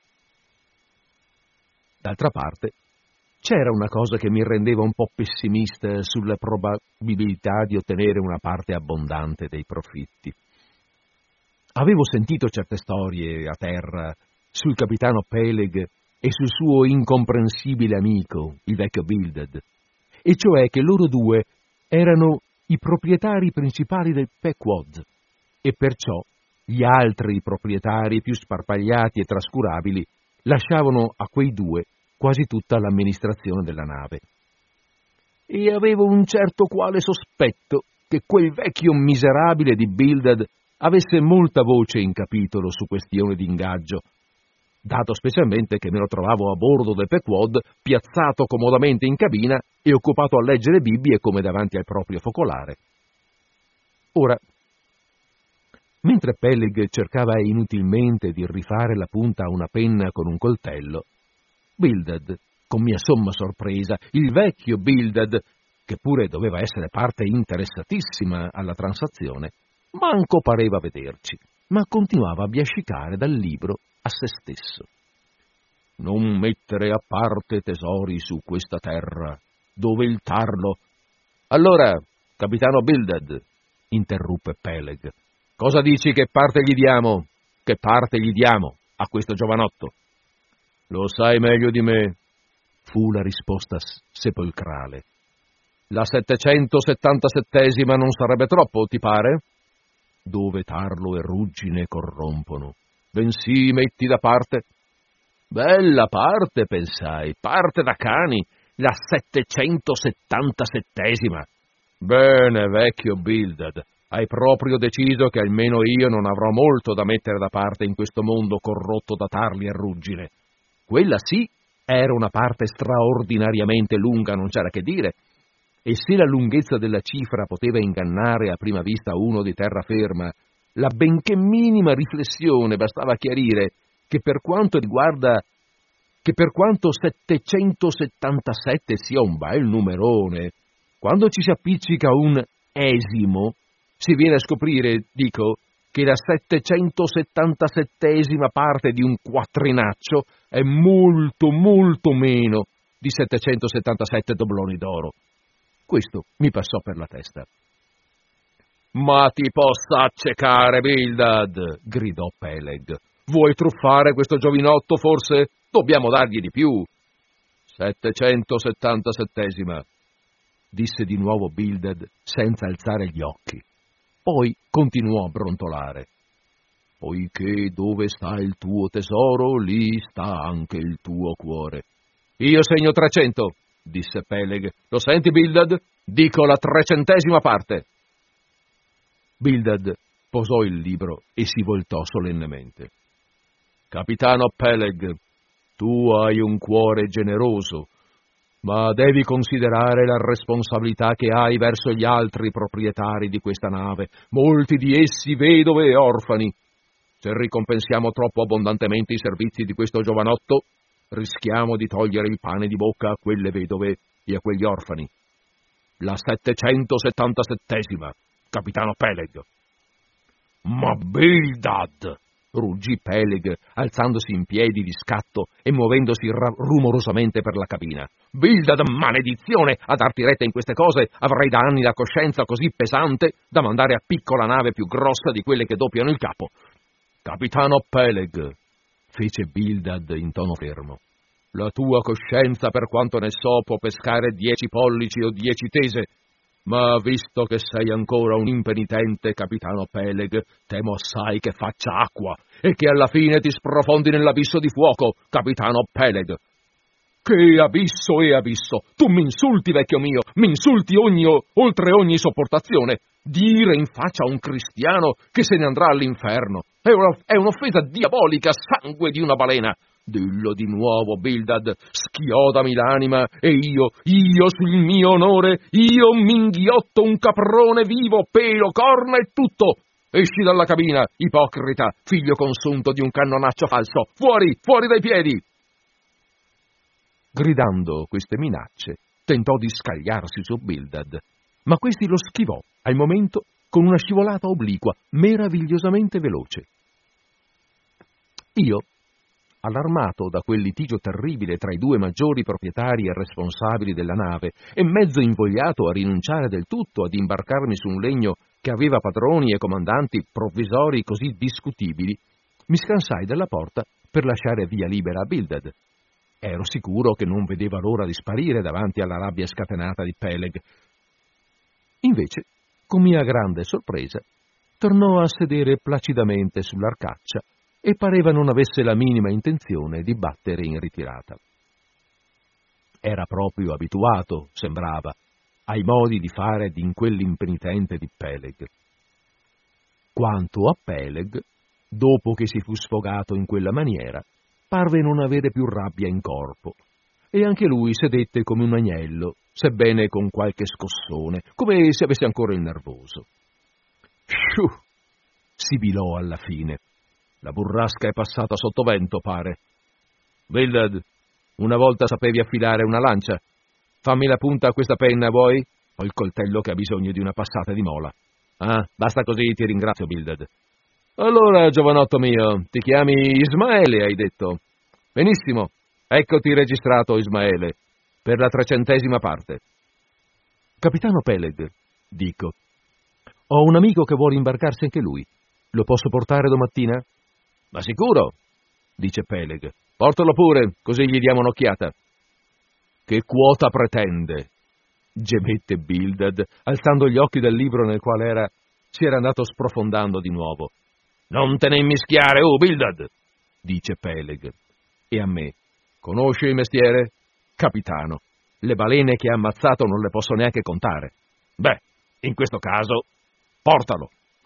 A: D'altra parte, c'era una cosa che mi rendeva un po' pessimista sulla probabilità di ottenere una parte abbondante dei profitti. Avevo sentito certe storie a terra sul capitano Peleg e sul suo incomprensibile amico, il vecchio Bildad, e cioè che loro due erano i proprietari principali del Pequod, e perciò gli altri proprietari più sparpagliati e trascurabili lasciavano a quei due quasi tutta l'amministrazione della nave. E avevo un certo quale sospetto che quel vecchio miserabile di Bildad avesse molta voce in capitolo su questione di ingaggio, dato specialmente che me lo trovavo a bordo del Pequod, piazzato comodamente in cabina e occupato a leggere Bibbie come davanti al proprio focolare. Ora, mentre Peleg cercava inutilmente di rifare la punta a una penna con un coltello, Bildad, con mia somma sorpresa, il vecchio Bildad, che pure doveva essere parte interessatissima alla transazione, manco pareva vederci, ma continuava a biascicare dal libro a se stesso. «Non mettere a parte tesori su questa terra», dove il tarlo. Allora, capitano Bildad, interruppe Peleg, cosa dici che parte gli diamo? Che parte gli diamo a questo giovanotto? Lo sai meglio di me, fu la risposta sepolcrale. La 777esima non sarebbe troppo, ti pare? Dove tarlo e ruggine corrompono. Bensì metti da parte. Bella parte, pensai, parte da cani, la 777esima. Bene, vecchio Bildad, hai proprio deciso che almeno io non avrò molto da mettere da parte in questo mondo corrotto da tarli e ruggine. Quella sì era una parte straordinariamente lunga, non c'era che dire, e se la lunghezza della cifra poteva ingannare a prima vista uno di terraferma, la benché minima riflessione bastava chiarire che per quanto 777 sia un bel numerone, quando ci si appiccica un esimo, si viene a scoprire, dico, che la 777esima parte di un quattrinaccio è molto, molto meno di 777 dobloni d'oro. Questo mi passò per la testa. Ma ti possa accecare, Bildad, gridò Peleg. Vuoi truffare questo giovinotto, forse? Dobbiamo dargli di più. 777esima, disse di nuovo Bildad senza alzare gli occhi. Poi continuò a brontolare. Poiché dove sta il tuo tesoro, lì sta anche il tuo cuore. Io segno 300, disse Peleg. Lo senti, Bildad? Dico la 300esima parte. Bildad posò il libro e si voltò solennemente. Capitano Peleg, tu hai un cuore generoso, ma devi considerare la responsabilità che hai verso gli altri proprietari di questa nave, molti di essi vedove e orfani. Se ricompensiamo troppo abbondantemente i servizi di questo giovanotto, rischiamo di togliere il pane di bocca a quelle vedove e a quegli orfani. La 777esima, capitano Peleg. Ma Bildad, ruggì Peleg, alzandosi in piedi di scatto e muovendosi rumorosamente per la cabina. Bildad, maledizione, a darti retta in queste cose avrei da anni la coscienza così pesante da mandare a picco la nave più grossa di quelle che doppiano il capo. Capitano Peleg, fece Bildad in tono fermo, la tua coscienza, per quanto ne so, può pescare 10 pollici o 10 tese, ma visto che sei ancora un impenitente, capitano Peleg, temo assai che faccia acqua e che alla fine ti sprofondi nell'abisso di fuoco, capitano Peleg. Che abisso e abisso! Tu mi insulti, vecchio mio, mi insulti oltre ogni sopportazione. Dire in faccia a un cristiano che se ne andrà all'inferno è un'offesa diabolica, sangue di una balena. Dillo di nuovo, Bildad, schiodami l'anima e io sul mio onore, io m'inghiotto un caprone vivo, pelo, corna e tutto. Esci dalla cabina, ipocrita, figlio consunto di un cannonaccio falso. Fuori, fuori dai piedi! Gridando queste minacce, tentò di scagliarsi su Bildad, ma questi lo schivò al momento con una scivolata obliqua meravigliosamente veloce. Io, allarmato da quel litigio terribile tra i due maggiori proprietari e responsabili della nave e mezzo invogliato a rinunciare del tutto ad imbarcarmi su un legno che aveva padroni e comandanti provvisori così discutibili, mi scansai dalla porta per lasciare via libera a Bildad. Ero sicuro che non vedeva l'ora di sparire davanti alla rabbia scatenata di Peleg. Invece, con mia grande sorpresa, tornò a sedere placidamente sull'arcaccia e pareva non avesse la minima intenzione di battere in ritirata. Era proprio abituato, sembrava, ai modi di fare di quell'impenitente di Peleg. Quanto a Peleg, dopo che si fu sfogato in quella maniera, parve non avere più rabbia in corpo, e anche lui sedette come un agnello, sebbene con qualche scossone, come se avesse ancora il nervoso. Sciù! Sibilò alla fine. La burrasca è passata sotto vento, pare. Bildad, una volta sapevi affilare una lancia. Fammi la punta a questa penna, vuoi? Ho il coltello che ha bisogno di una passata di mola. Ah, basta così, ti ringrazio, Bildad. Allora, giovanotto mio, ti chiami Ismaele, hai detto? Benissimo, eccoti registrato, Ismaele. per la 300ª parte. Capitano Peleg, dico, ho un amico che vuole imbarcarsi anche lui. Lo posso portare domattina? Ma sicuro, dice Peleg. Portalo pure, così gli diamo un'occhiata. Che quota pretende? Gemette Bildad, alzando gli occhi dal libro nel quale si era andato sprofondando di nuovo. Non te ne immischiare, Bildad, dice Peleg. E a me, conosci il mestiere? Capitano, le balene che ha ammazzato non le posso neanche contare. Beh, in questo caso, portalo.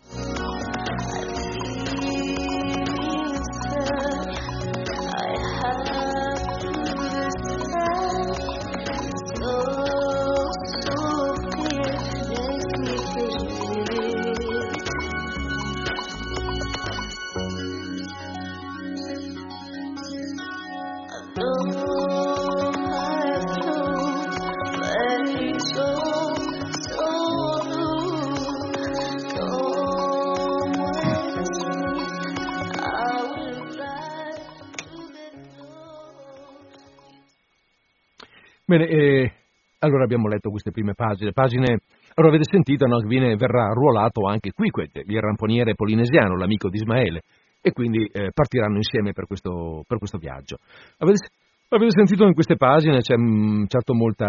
A: Bene, allora abbiamo letto queste prime pagine. Allora avete sentito, no, che verrà arruolato anche Quiquet, il ramponiere polinesiano, l'amico di Ismaele, e quindi partiranno insieme per questo viaggio. Avete sentito in queste pagine c'è certo molta,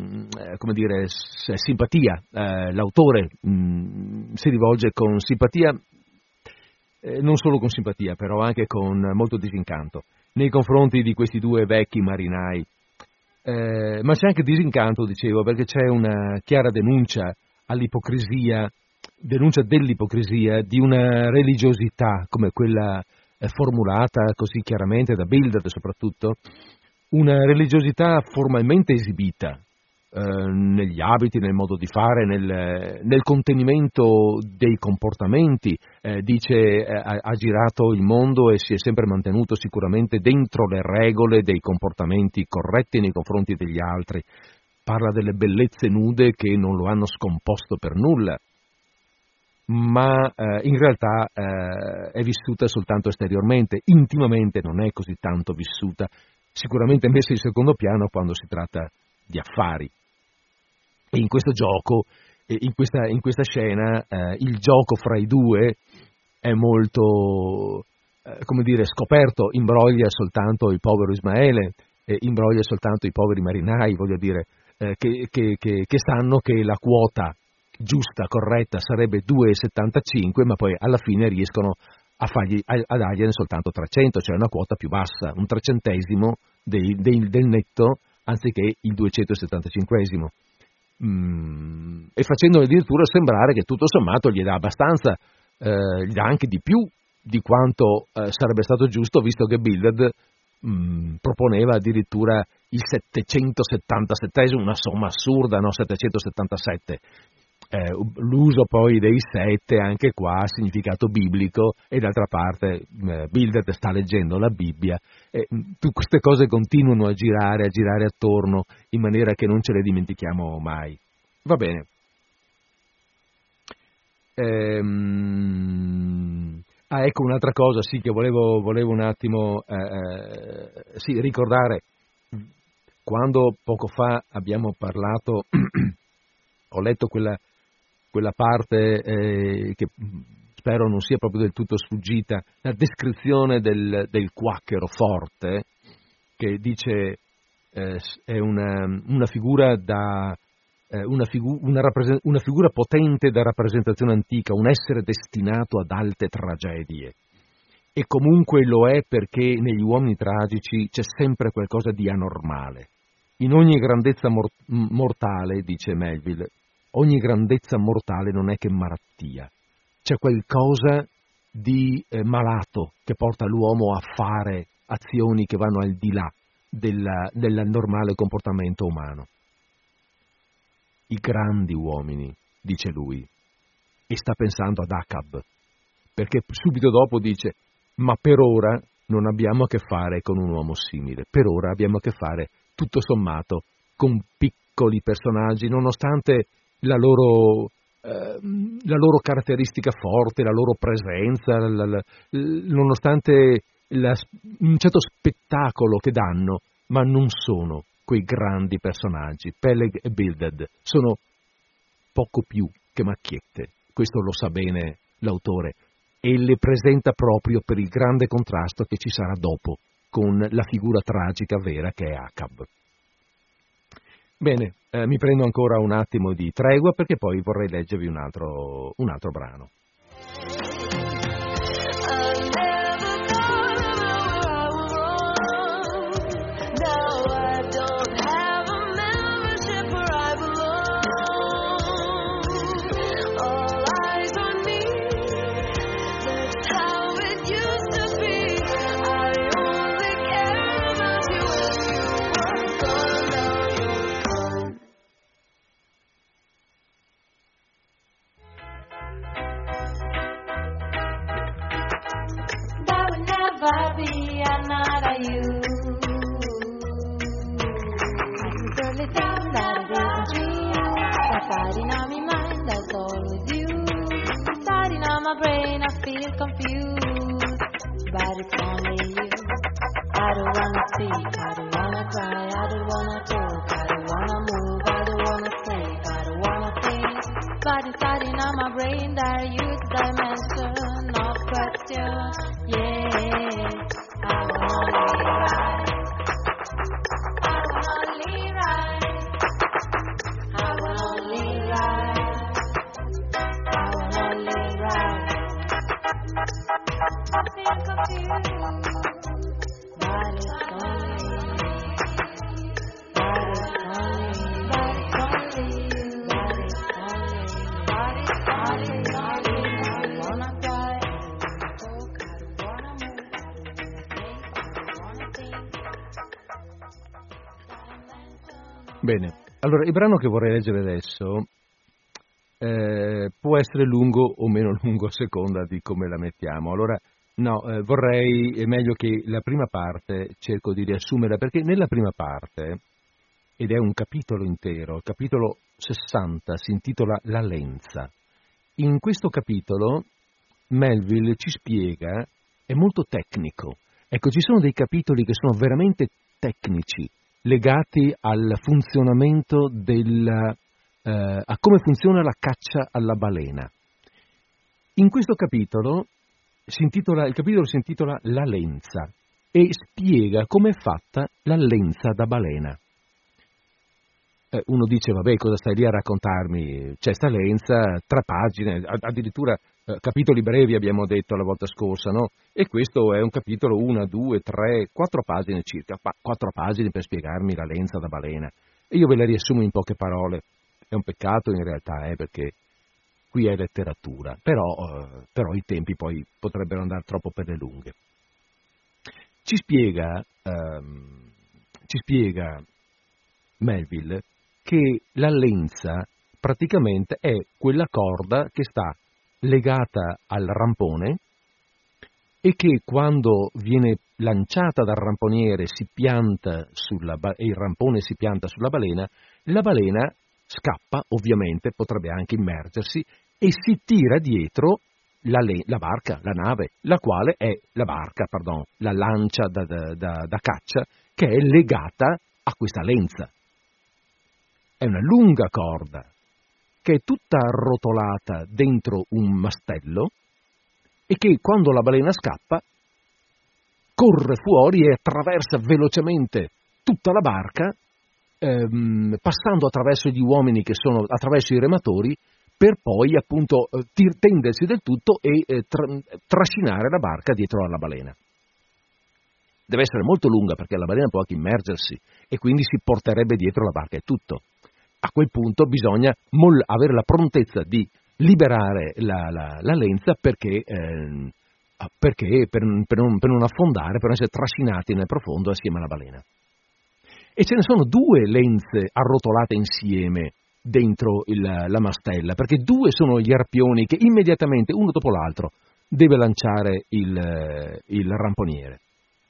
A: simpatia. L'autore si rivolge con simpatia, non solo con simpatia, però anche con molto disincanto nei confronti di questi due vecchi marinai. Ma c'è anche disincanto, dicevo, perché c'è una chiara denuncia dell'ipocrisia di una religiosità come quella formulata così chiaramente da Bildad soprattutto, una religiosità formalmente esibita negli abiti, nel modo di fare, nel contenimento dei comportamenti. Dice ha girato il mondo e si è sempre mantenuto sicuramente dentro le regole dei comportamenti corretti nei confronti degli altri. Parla delle bellezze nude che non lo hanno scomposto per nulla, ma in realtà è vissuta soltanto esteriormente, intimamente non è così tanto vissuta, sicuramente messa in secondo piano quando si tratta di affari. E in questo gioco, in questa scena, il gioco fra i due è molto, scoperto, imbroglia soltanto il povero Ismaele, imbroglia soltanto i poveri marinai, voglio dire, che sanno che la quota giusta, corretta, sarebbe 2,75, ma poi alla fine riescono a dargliene soltanto 300, cioè una quota più bassa, un 300esimo del netto, anziché il 275esimo. E facendo addirittura sembrare che tutto sommato gli dà abbastanza, gli dà anche di più di quanto sarebbe stato giusto, visto che Bildad proponeva addirittura il 777esimo, una somma assurda, no? 777. L'uso poi dei 7 anche qua ha significato biblico, e d'altra parte Bildad sta leggendo la Bibbia, queste cose continuano a girare attorno in maniera che non ce le dimentichiamo mai. Va bene. Ecco un'altra cosa sì che volevo un attimo ricordare. Quando poco fa abbiamo parlato ho letto quella parte che spero non sia proprio del tutto sfuggita, la descrizione del quacchero forte, che dice è una figura una figura potente da rappresentazione antica, un essere destinato ad alte tragedie. E comunque lo è perché negli uomini tragici c'è sempre qualcosa di anormale. In ogni grandezza mortale, dice Melville, ogni grandezza mortale non è che malattia. C'è qualcosa di malato che porta l'uomo a fare azioni che vanno al di là del normale comportamento umano. I grandi uomini, dice lui, e sta pensando ad Acab, perché subito dopo dice: ma per ora non abbiamo a che fare con un uomo simile, per ora abbiamo a che fare tutto sommato con piccoli personaggi, nonostante la loro caratteristica forte, la loro presenza, nonostante un certo spettacolo che danno, ma non sono quei grandi personaggi. Peleg e Bildad sono poco più che macchiette, questo lo sa bene l'autore, e le presenta proprio per il grande contrasto che ci sarà dopo con la figura tragica vera che è Acab. Bene, mi prendo ancora un attimo di tregua perché poi vorrei leggervi un altro brano.
B: Be another you. I sincerely think that it isn't true. That's fighting on my mind, that's all with you. Starting on my brain, I feel confused, but it's only you. I don't wanna speak, I don't wanna cry, I don't wanna talk, I don't wanna move, I don't wanna think, I don't wanna think. But it's starting on my brain, there are huge dimension of question. Yeah.
A: Bene, allora il brano che vorrei leggere adesso può essere lungo o meno lungo a seconda di come la mettiamo. Allora, no, è meglio che la prima parte cerco di riassumerla, perché nella prima parte, ed è un capitolo intero, il capitolo 60, si intitola La lenza. In questo capitolo Melville ci spiega, è molto tecnico, ecco, ci sono dei capitoli che sono veramente tecnici, legati al funzionamento a come funziona la caccia alla balena. In questo capitolo il capitolo si intitola La lenza e spiega come è fatta la lenza da balena. Uno dice, vabbè, cosa stai lì a raccontarmi? C'è sta lenza, 3 pagine, addirittura capitoli brevi abbiamo detto la volta scorsa, no? E questo è un capitolo 1, 2, 3, 4 pagine circa, 4 pagine per spiegarmi la lenza da balena. E io ve la riassumo in poche parole. È un peccato in realtà, perché qui è letteratura, però i tempi poi potrebbero andare troppo per le lunghe. Ci spiega Melville che la lenza praticamente è quella corda che sta legata al rampone e che quando viene lanciata dal ramponiere e il rampone si pianta sulla balena, la balena scappa, ovviamente, potrebbe anche immergersi, e si tira dietro la barca, la nave, la quale è la lancia da caccia, che è legata a questa lenza. È una lunga corda che è tutta arrotolata dentro un mastello e che quando la balena scappa corre fuori e attraversa velocemente tutta la barca, passando attraverso gli uomini che sono attraverso i rematori, per poi appunto tendersi del tutto e trascinare la barca dietro alla balena. Deve essere molto lunga perché la balena può anche immergersi e quindi si porterebbe dietro la barca e tutto. A quel punto bisogna avere la prontezza di liberare la lenza perché per non affondare, per non essere trascinati nel profondo assieme alla balena. E ce ne sono 2 lenze arrotolate insieme dentro la mastella, perché 2 sono gli arpioni che immediatamente, uno dopo l'altro, deve lanciare il ramponiere.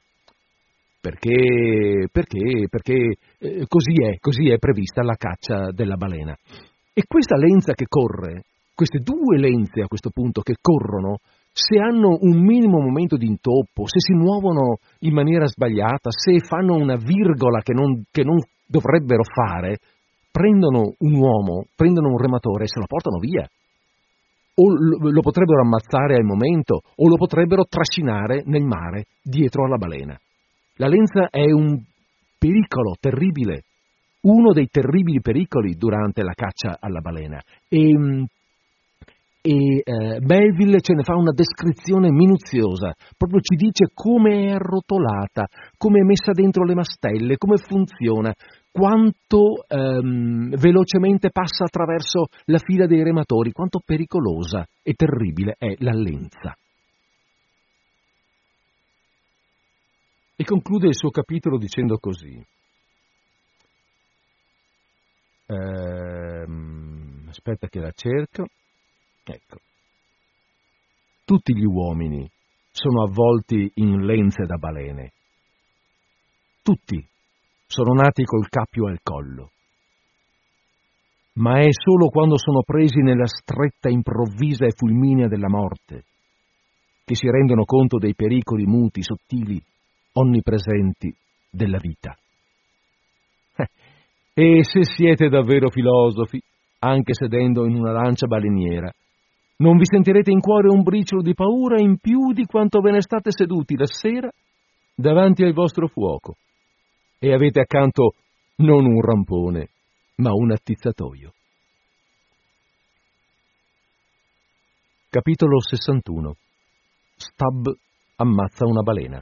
A: Perché così è prevista la caccia della balena. E questa lenza che corre, queste 2 lenze a questo punto che corrono, se hanno un minimo momento di intoppo, se si muovono in maniera sbagliata, se fanno una virgola che non dovrebbero fare, prendono un uomo, prendono un rematore e se lo portano via. O lo potrebbero ammazzare al momento, o lo potrebbero trascinare nel mare dietro alla balena. La lenza è un pericolo terribile, uno dei terribili pericoli durante la caccia alla balena. E Melville ce ne fa una descrizione minuziosa, proprio ci dice come è arrotolata, come è messa dentro le mastelle, come funziona, quanto velocemente passa attraverso la fila dei rematori, quanto pericolosa e terribile è la lenza. E conclude il suo capitolo dicendo così. Aspetta che la cerco. Ecco. Tutti gli uomini sono avvolti in lenze da balene. Tutti sono nati col cappio al collo. Ma è solo quando sono presi nella stretta improvvisa e fulminea della morte che si rendono conto dei pericoli muti, sottili, onnipresenti della vita. E se siete davvero filosofi, anche sedendo in una lancia baleniera, non vi sentirete in cuore un briciolo di paura in più di quanto ve ne state seduti la sera davanti al vostro fuoco e avete accanto non un rampone, ma un attizzatoio. Capitolo 61. Stubb ammazza una balena.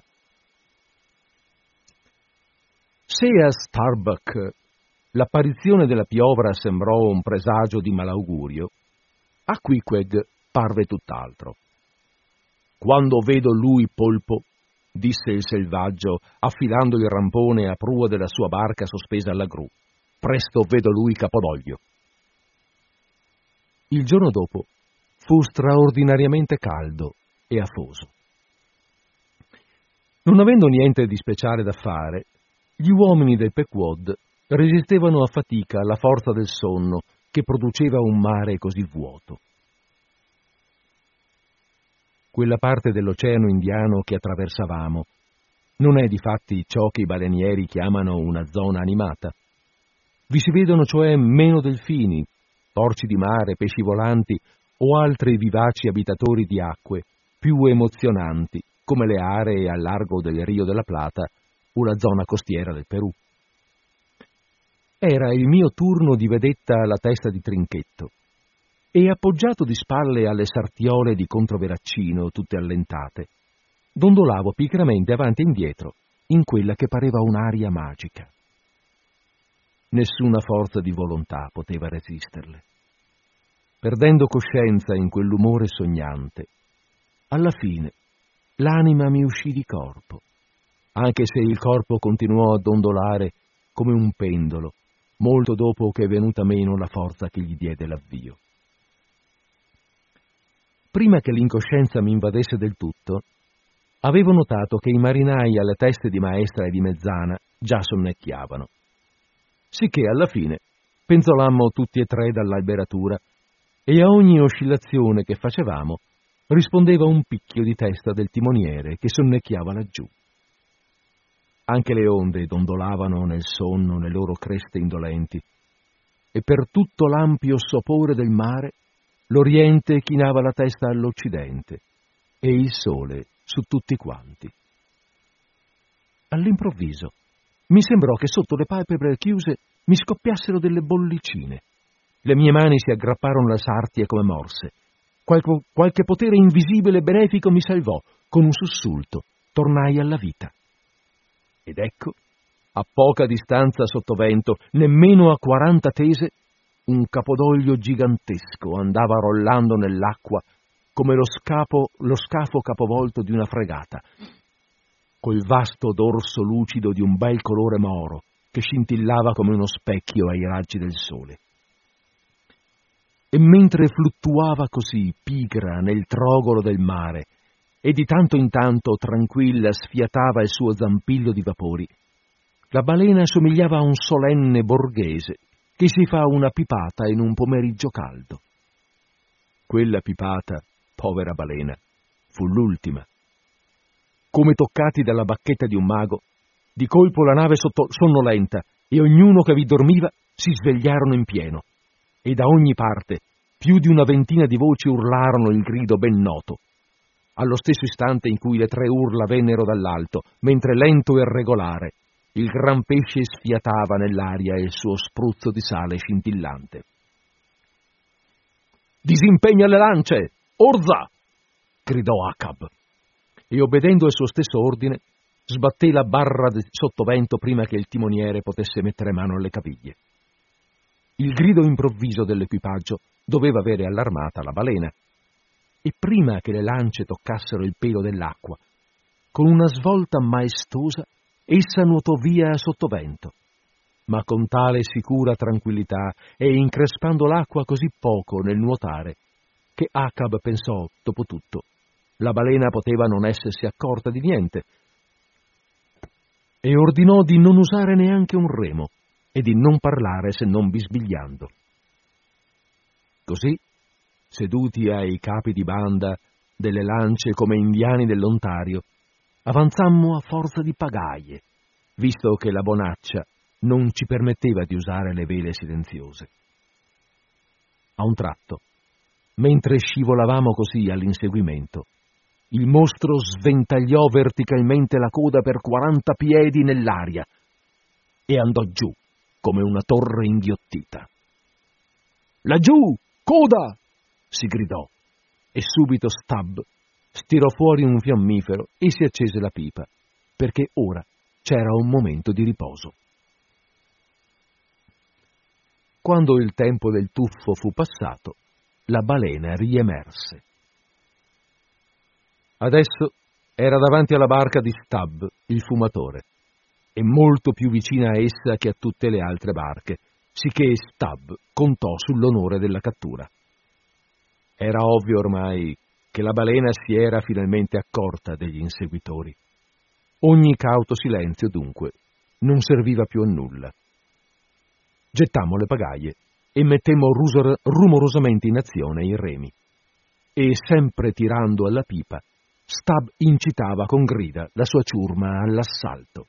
A: Se a Starbuck l'apparizione della piovra sembrò un presagio di malaugurio, a Queequeg parve tutt'altro. «Quando vedo lui, polpo», disse il selvaggio, affilando il rampone a prua della sua barca sospesa alla gru, «presto vedo lui capodoglio». Il giorno dopo fu straordinariamente caldo e afoso. Non avendo niente di speciale da fare, gli uomini del Pequod resistevano a fatica alla forza del sonno che produceva un mare così vuoto. Quella parte dell'Oceano Indiano che attraversavamo non è difatti ciò che i balenieri chiamano una zona animata. Vi si vedono cioè meno delfini, porci di mare, pesci volanti o altri vivaci abitatori di acque più emozionanti come le aree al largo del Rio della Plata o la zona costiera del Perù. Era il mio turno di vedetta alla testa di Trinchetto e, appoggiato di spalle alle sartiole di Controveraccino tutte allentate, dondolavo pigramente avanti e indietro in quella che pareva un'aria magica. Nessuna forza di volontà poteva resisterle. Perdendo coscienza in quell'umore sognante, alla fine l'anima mi uscì di corpo, anche se il corpo continuò a dondolare come un pendolo, molto dopo che è venuta meno la forza che gli diede l'avvio. Prima che l'incoscienza mi invadesse del tutto, avevo notato che i marinai alle teste di Maestra e di Mezzana già sonnecchiavano. Sicché alla fine penzolammo tutti e tre dall'alberatura e a ogni oscillazione che facevamo rispondeva un picchio di testa del timoniere che sonnecchiava laggiù. Anche le onde dondolavano nel sonno le loro creste indolenti e per tutto l'ampio sopore del mare l'Oriente chinava la testa all'Occidente e il sole su tutti quanti. All'improvviso mi sembrò che sotto le palpebre chiuse mi scoppiassero delle bollicine. Le mie mani si aggrapparono alla sartia come morse. Qualche potere invisibile e benefico mi salvò. Con un sussulto tornai alla vita. Ed ecco, a poca distanza sottovento, nemmeno a 40 tese, un capodoglio gigantesco andava rollando nell'acqua come lo scafo capovolto di una fregata, col vasto dorso lucido di un bel colore moro che scintillava come uno specchio ai raggi del sole. E mentre fluttuava così, pigra, nel trogolo del mare, e di tanto in tanto tranquilla sfiatava il suo zampillo di vapori, la balena somigliava a un solenne borghese che si fa una pipata in un pomeriggio caldo. Quella pipata, povera balena, fu l'ultima. Come toccati dalla bacchetta di un mago, di colpo la nave sonnolenta e ognuno che vi dormiva si svegliarono in pieno, e da ogni parte più di una ventina di voci urlarono il grido ben noto. Allo stesso istante in cui le 3 urla vennero dall'alto, mentre lento e regolare il gran pesce sfiatava nell'aria il suo spruzzo di sale scintillante. «Disimpegna le lance! Orza!» gridò Acab, e obbedendo al suo stesso ordine, sbatté la barra di sottovento prima che il timoniere potesse mettere mano alle caviglie. Il grido improvviso dell'equipaggio doveva avere allarmata la balena, e prima che le lance toccassero il pelo dell'acqua, con una svolta maestosa essa nuotò via a sottovento, ma con tale sicura tranquillità e increspando l'acqua così poco nel nuotare, che Acab pensò, dopo tutto, la balena poteva non essersi accorta di niente, e ordinò di non usare neanche un remo e di non parlare se non bisbigliando. Così, seduti ai capi di banda delle lance come indiani dell'Ontario, avanzammo a forza di pagaie, visto che la bonaccia non ci permetteva di usare le vele silenziose. A un tratto, mentre scivolavamo così all'inseguimento, il mostro sventagliò verticalmente la coda per 40 piedi nell'aria e andò giù come una torre inghiottita. «Laggiù! Coda!» si gridò, e subito Stubb stirò fuori un fiammifero e si accese la pipa, perché ora c'era un momento di riposo. Quando il tempo del tuffo fu passato, la balena riemerse. Adesso era davanti alla barca di Stubb, il fumatore, e molto più vicina a essa che a tutte le altre barche, sicché Stubb contò sull'onore della cattura. Era ovvio ormai che la balena si era finalmente accorta degli inseguitori. Ogni cauto silenzio, dunque, non serviva più a nulla. Gettammo le pagaie e mettemmo rumorosamente in azione i remi. E, sempre tirando alla pipa, Stubb incitava con grida la sua ciurma all'assalto.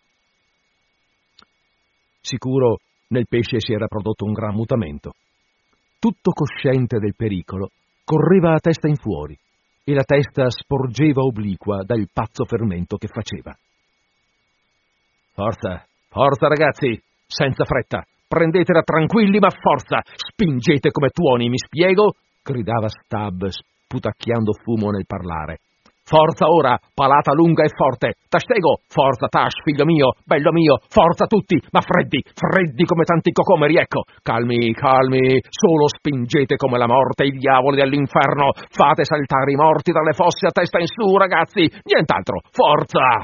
A: Sicuro nel pesce si era prodotto un gran mutamento. Tutto cosciente del pericolo, correva a testa in fuori, e la testa sporgeva obliqua dal pazzo fermento che faceva. «Forza, forza ragazzi, senza fretta, prendetela tranquilli ma forza, spingete come tuoni, mi spiego?» gridava Stubb, sputacchiando fumo nel parlare. «Forza ora, palata lunga e forte, Tastego, forza Tash, figlio mio, bello mio, forza tutti, ma freddi, freddi come tanti cocomeri, ecco, calmi, calmi, solo spingete come la morte i diavoli dell'inferno, fate saltare i morti dalle fosse a testa in su, ragazzi, nient'altro, forza!»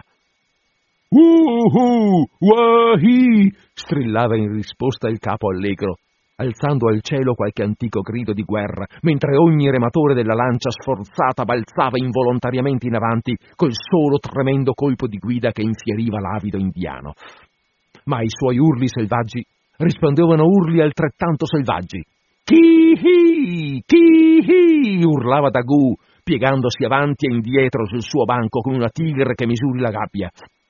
A: Wahi! Strillava in risposta il capo allegro, alzando al cielo qualche antico grido di guerra, mentre ogni rematore della lancia sforzata balzava involontariamente in avanti col solo tremendo colpo di guida che infieriva l'avido indiano. Ma i suoi urli selvaggi rispondevano a urli altrettanto selvaggi. «Chi-hi! Chi-hi!» urlava Daggoo, piegandosi avanti e indietro sul suo banco come una tigre che misuri la gabbia.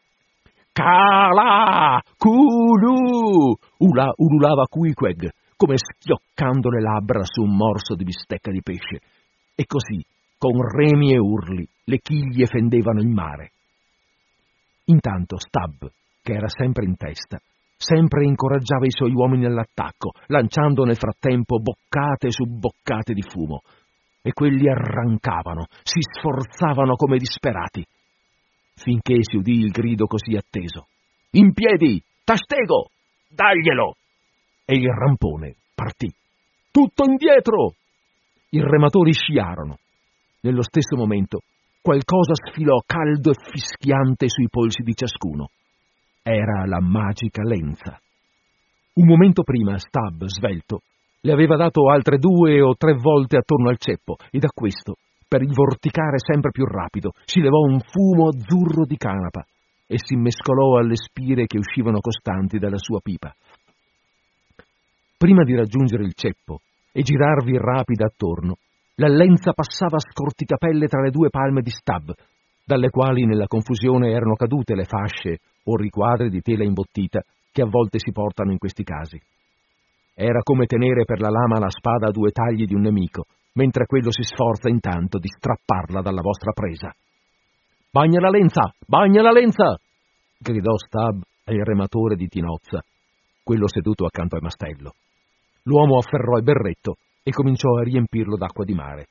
A: «Kala! Kulu!» ululava Queequeg, come schioccando le labbra su un morso di bistecca di pesce. E così, con remi e urli, le chiglie fendevano il mare. Intanto Stubb, che era sempre in testa, sempre incoraggiava i suoi uomini all'attacco, lanciando nel frattempo boccate su boccate di fumo. E quelli arrancavano, si sforzavano come disperati, finché si udì il grido così atteso. «In piedi! Tastego! Daglielo!» E il rampone partì. «Tutto indietro!» I rematori sciarono. Nello stesso momento qualcosa sfilò caldo e fischiante sui polsi di ciascuno. Era la magica lenza. Un momento prima Stubb, svelto, le aveva dato altre 2 o 3 volte attorno al ceppo, e da questo, per il vorticare sempre più rapido, si levò un fumo azzurro di canapa e si mescolò alle spire che uscivano costanti dalla sua pipa. Prima di raggiungere il ceppo e girarvi rapida attorno, la lenza passava a scorticapelle tra le 2 palme di Stubb, dalle quali nella confusione erano cadute le fasce o riquadri di tela imbottita che a volte si portano in questi casi. Era come tenere per la lama la spada a 2 tagli di un nemico, mentre quello si sforza intanto di strapparla dalla vostra presa. «Bagna la lenza! Bagna la lenza!» gridò Stubb al rematore di Tinozza, quello seduto accanto al mastello. L'uomo afferrò il berretto e cominciò a riempirlo d'acqua di mare.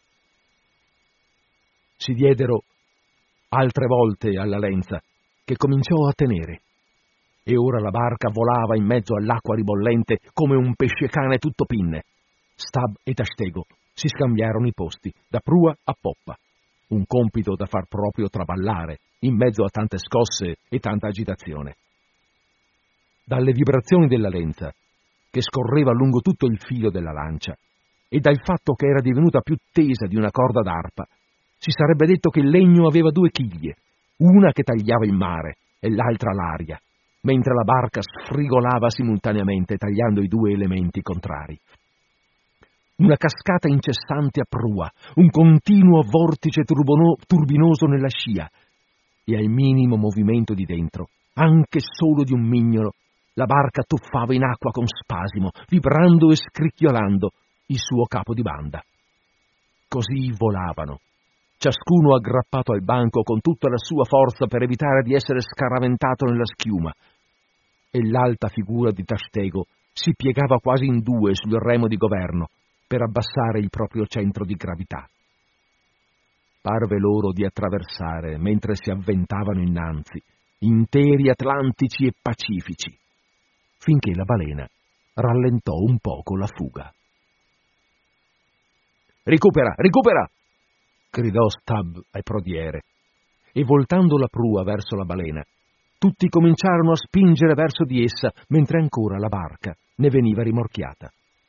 A: Si diedero altre volte alla lenza, che cominciò a tenere, e ora la barca volava in mezzo all'acqua ribollente come un pesce-cane tutto pinne. Stubb e Tastego si scambiarono i posti, da prua a poppa, un compito da far proprio traballare, in mezzo a tante scosse e tanta agitazione. Dalle vibrazioni della lenza, che scorreva lungo tutto il filo della lancia, e dal fatto che era divenuta più tesa di una corda d'arpa, si sarebbe detto che il legno aveva 2 chiglie, una che tagliava il mare e l'altra l'aria, mentre la barca sfrigolava simultaneamente tagliando i 2 elementi contrari. Una cascata incessante a prua, un continuo vortice turbinoso nella scia, e al minimo movimento di dentro, anche solo di un mignolo, la barca tuffava in acqua con spasimo, vibrando e scricchiolando il suo capo di banda. Così volavano, ciascuno aggrappato al banco con tutta la sua forza per evitare di essere scaraventato nella schiuma, e l'alta figura di Tastego si piegava quasi in 2 sul remo di governo per abbassare il proprio centro di gravità. Parve loro di attraversare, mentre si avventavano innanzi, interi Atlantici e Pacifici, finché la balena rallentò un poco la fuga. «Recupera, recupera!» gridò Stubb al prodiere, e voltando la prua verso la balena, tutti cominciarono a spingere verso di essa, mentre ancora la barca ne veniva rimorchiata.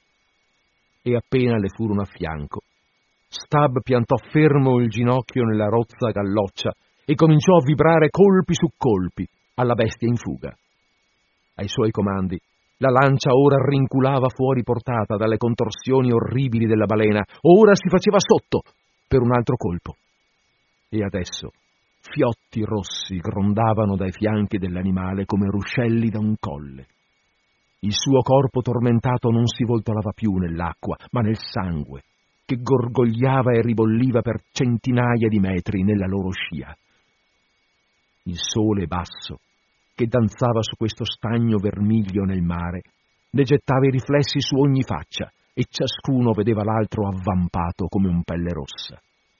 A: E appena le furono a fianco, Stubb piantò fermo il ginocchio nella rozza galloccia e cominciò a vibrare colpi su colpi alla bestia in fuga. Ai suoi comandi, la lancia ora rinculava fuori portata dalle contorsioni orribili della balena, ora si faceva sotto per un altro colpo. E adesso fiotti rossi grondavano dai fianchi dell'animale come ruscelli da un colle. Il suo corpo tormentato non si voltolava più nell'acqua, ma nel sangue, che gorgogliava e ribolliva per centinaia di metri nella loro scia. Il sole basso, che danzava su questo stagno vermiglio nel mare, ne gettava i riflessi su ogni faccia, e ciascuno vedeva l'altro avvampato come un pelle rossa.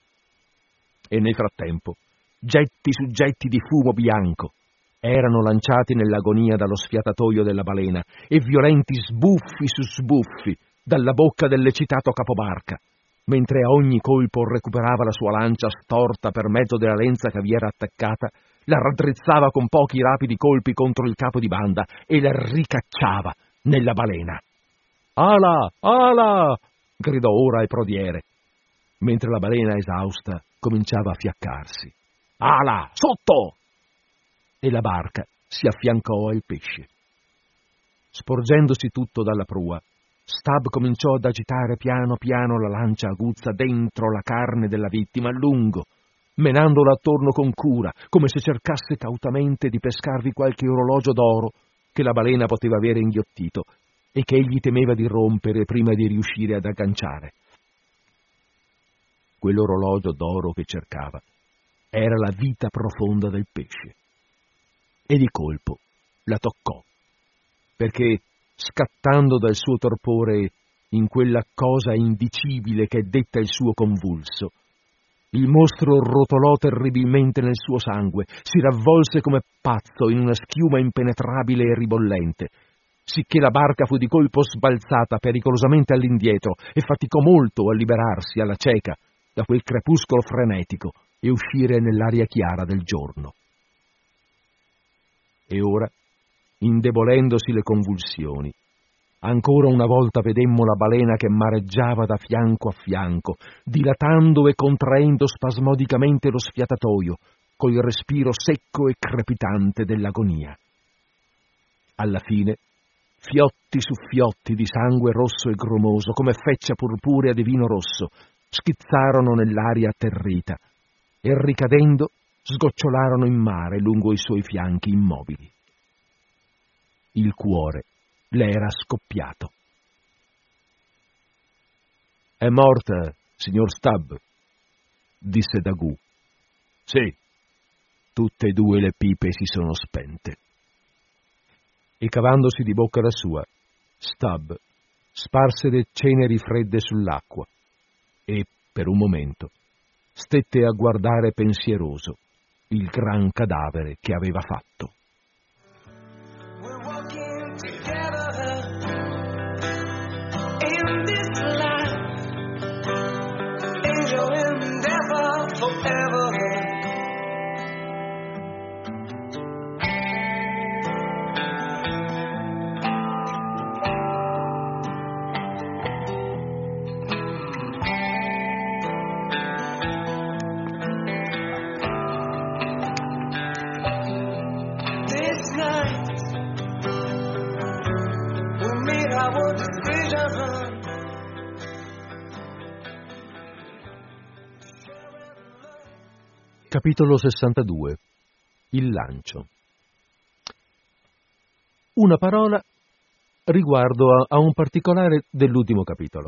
A: E nel frattempo, getti su getti di fumo bianco erano lanciati nell'agonia dallo sfiatatoio della balena, e violenti sbuffi su sbuffi dalla bocca dell'eccitato capobarca, mentre a ogni colpo recuperava la sua lancia storta per mezzo della lenza che vi era attaccata, la raddrizzava con pochi rapidi colpi contro il capo di banda e la ricacciava nella balena. «Ala! Ala!» gridò ora il prodiere, mentre la balena esausta cominciava a fiaccarsi. «Ala! Sotto!» E la barca si affiancò al pesce. Sporgendosi tutto dalla prua, Stubb cominciò ad agitare piano piano la lancia aguzza dentro la carne della vittima a lungo, menandola attorno con cura, come se cercasse cautamente di pescarvi qualche orologio d'oro che la balena poteva avere inghiottito e che egli temeva di rompere prima di riuscire ad agganciare. Quell'orologio d'oro che cercava era la vita profonda del pesce, e di colpo la toccò, perché, scattando dal suo torpore in quella cosa indicibile che è detta il suo convulso, il mostro rotolò terribilmente nel suo sangue, si ravvolse come pazzo in una schiuma impenetrabile e ribollente, sicché la barca fu di colpo sbalzata pericolosamente all'indietro e faticò molto a liberarsi alla cieca da quel crepuscolo frenetico e uscire nell'aria chiara del giorno. E ora, indebolendosi le convulsioni, ancora una volta vedemmo la balena che mareggiava da fianco a fianco, dilatando e contraendo spasmodicamente lo sfiatatoio, col respiro secco e crepitante dell'agonia. Alla fine, fiotti su fiotti di sangue rosso e grumoso, come feccia purpurea di vino rosso, schizzarono nell'aria atterrita e, ricadendo, sgocciolarono in mare lungo i suoi fianchi immobili. Il cuore le era scoppiato. «È morta, signor Stubb», disse Daggoo. «Sì, tutte e due le pipe si sono spente». E cavandosi di bocca la sua, Stubb sparse le ceneri fredde sull'acqua e, per un momento, stette a guardare pensieroso il gran cadavere che aveva fatto. Capitolo 62. Il lancio. Una parola riguardo a un particolare dell'ultimo capitolo.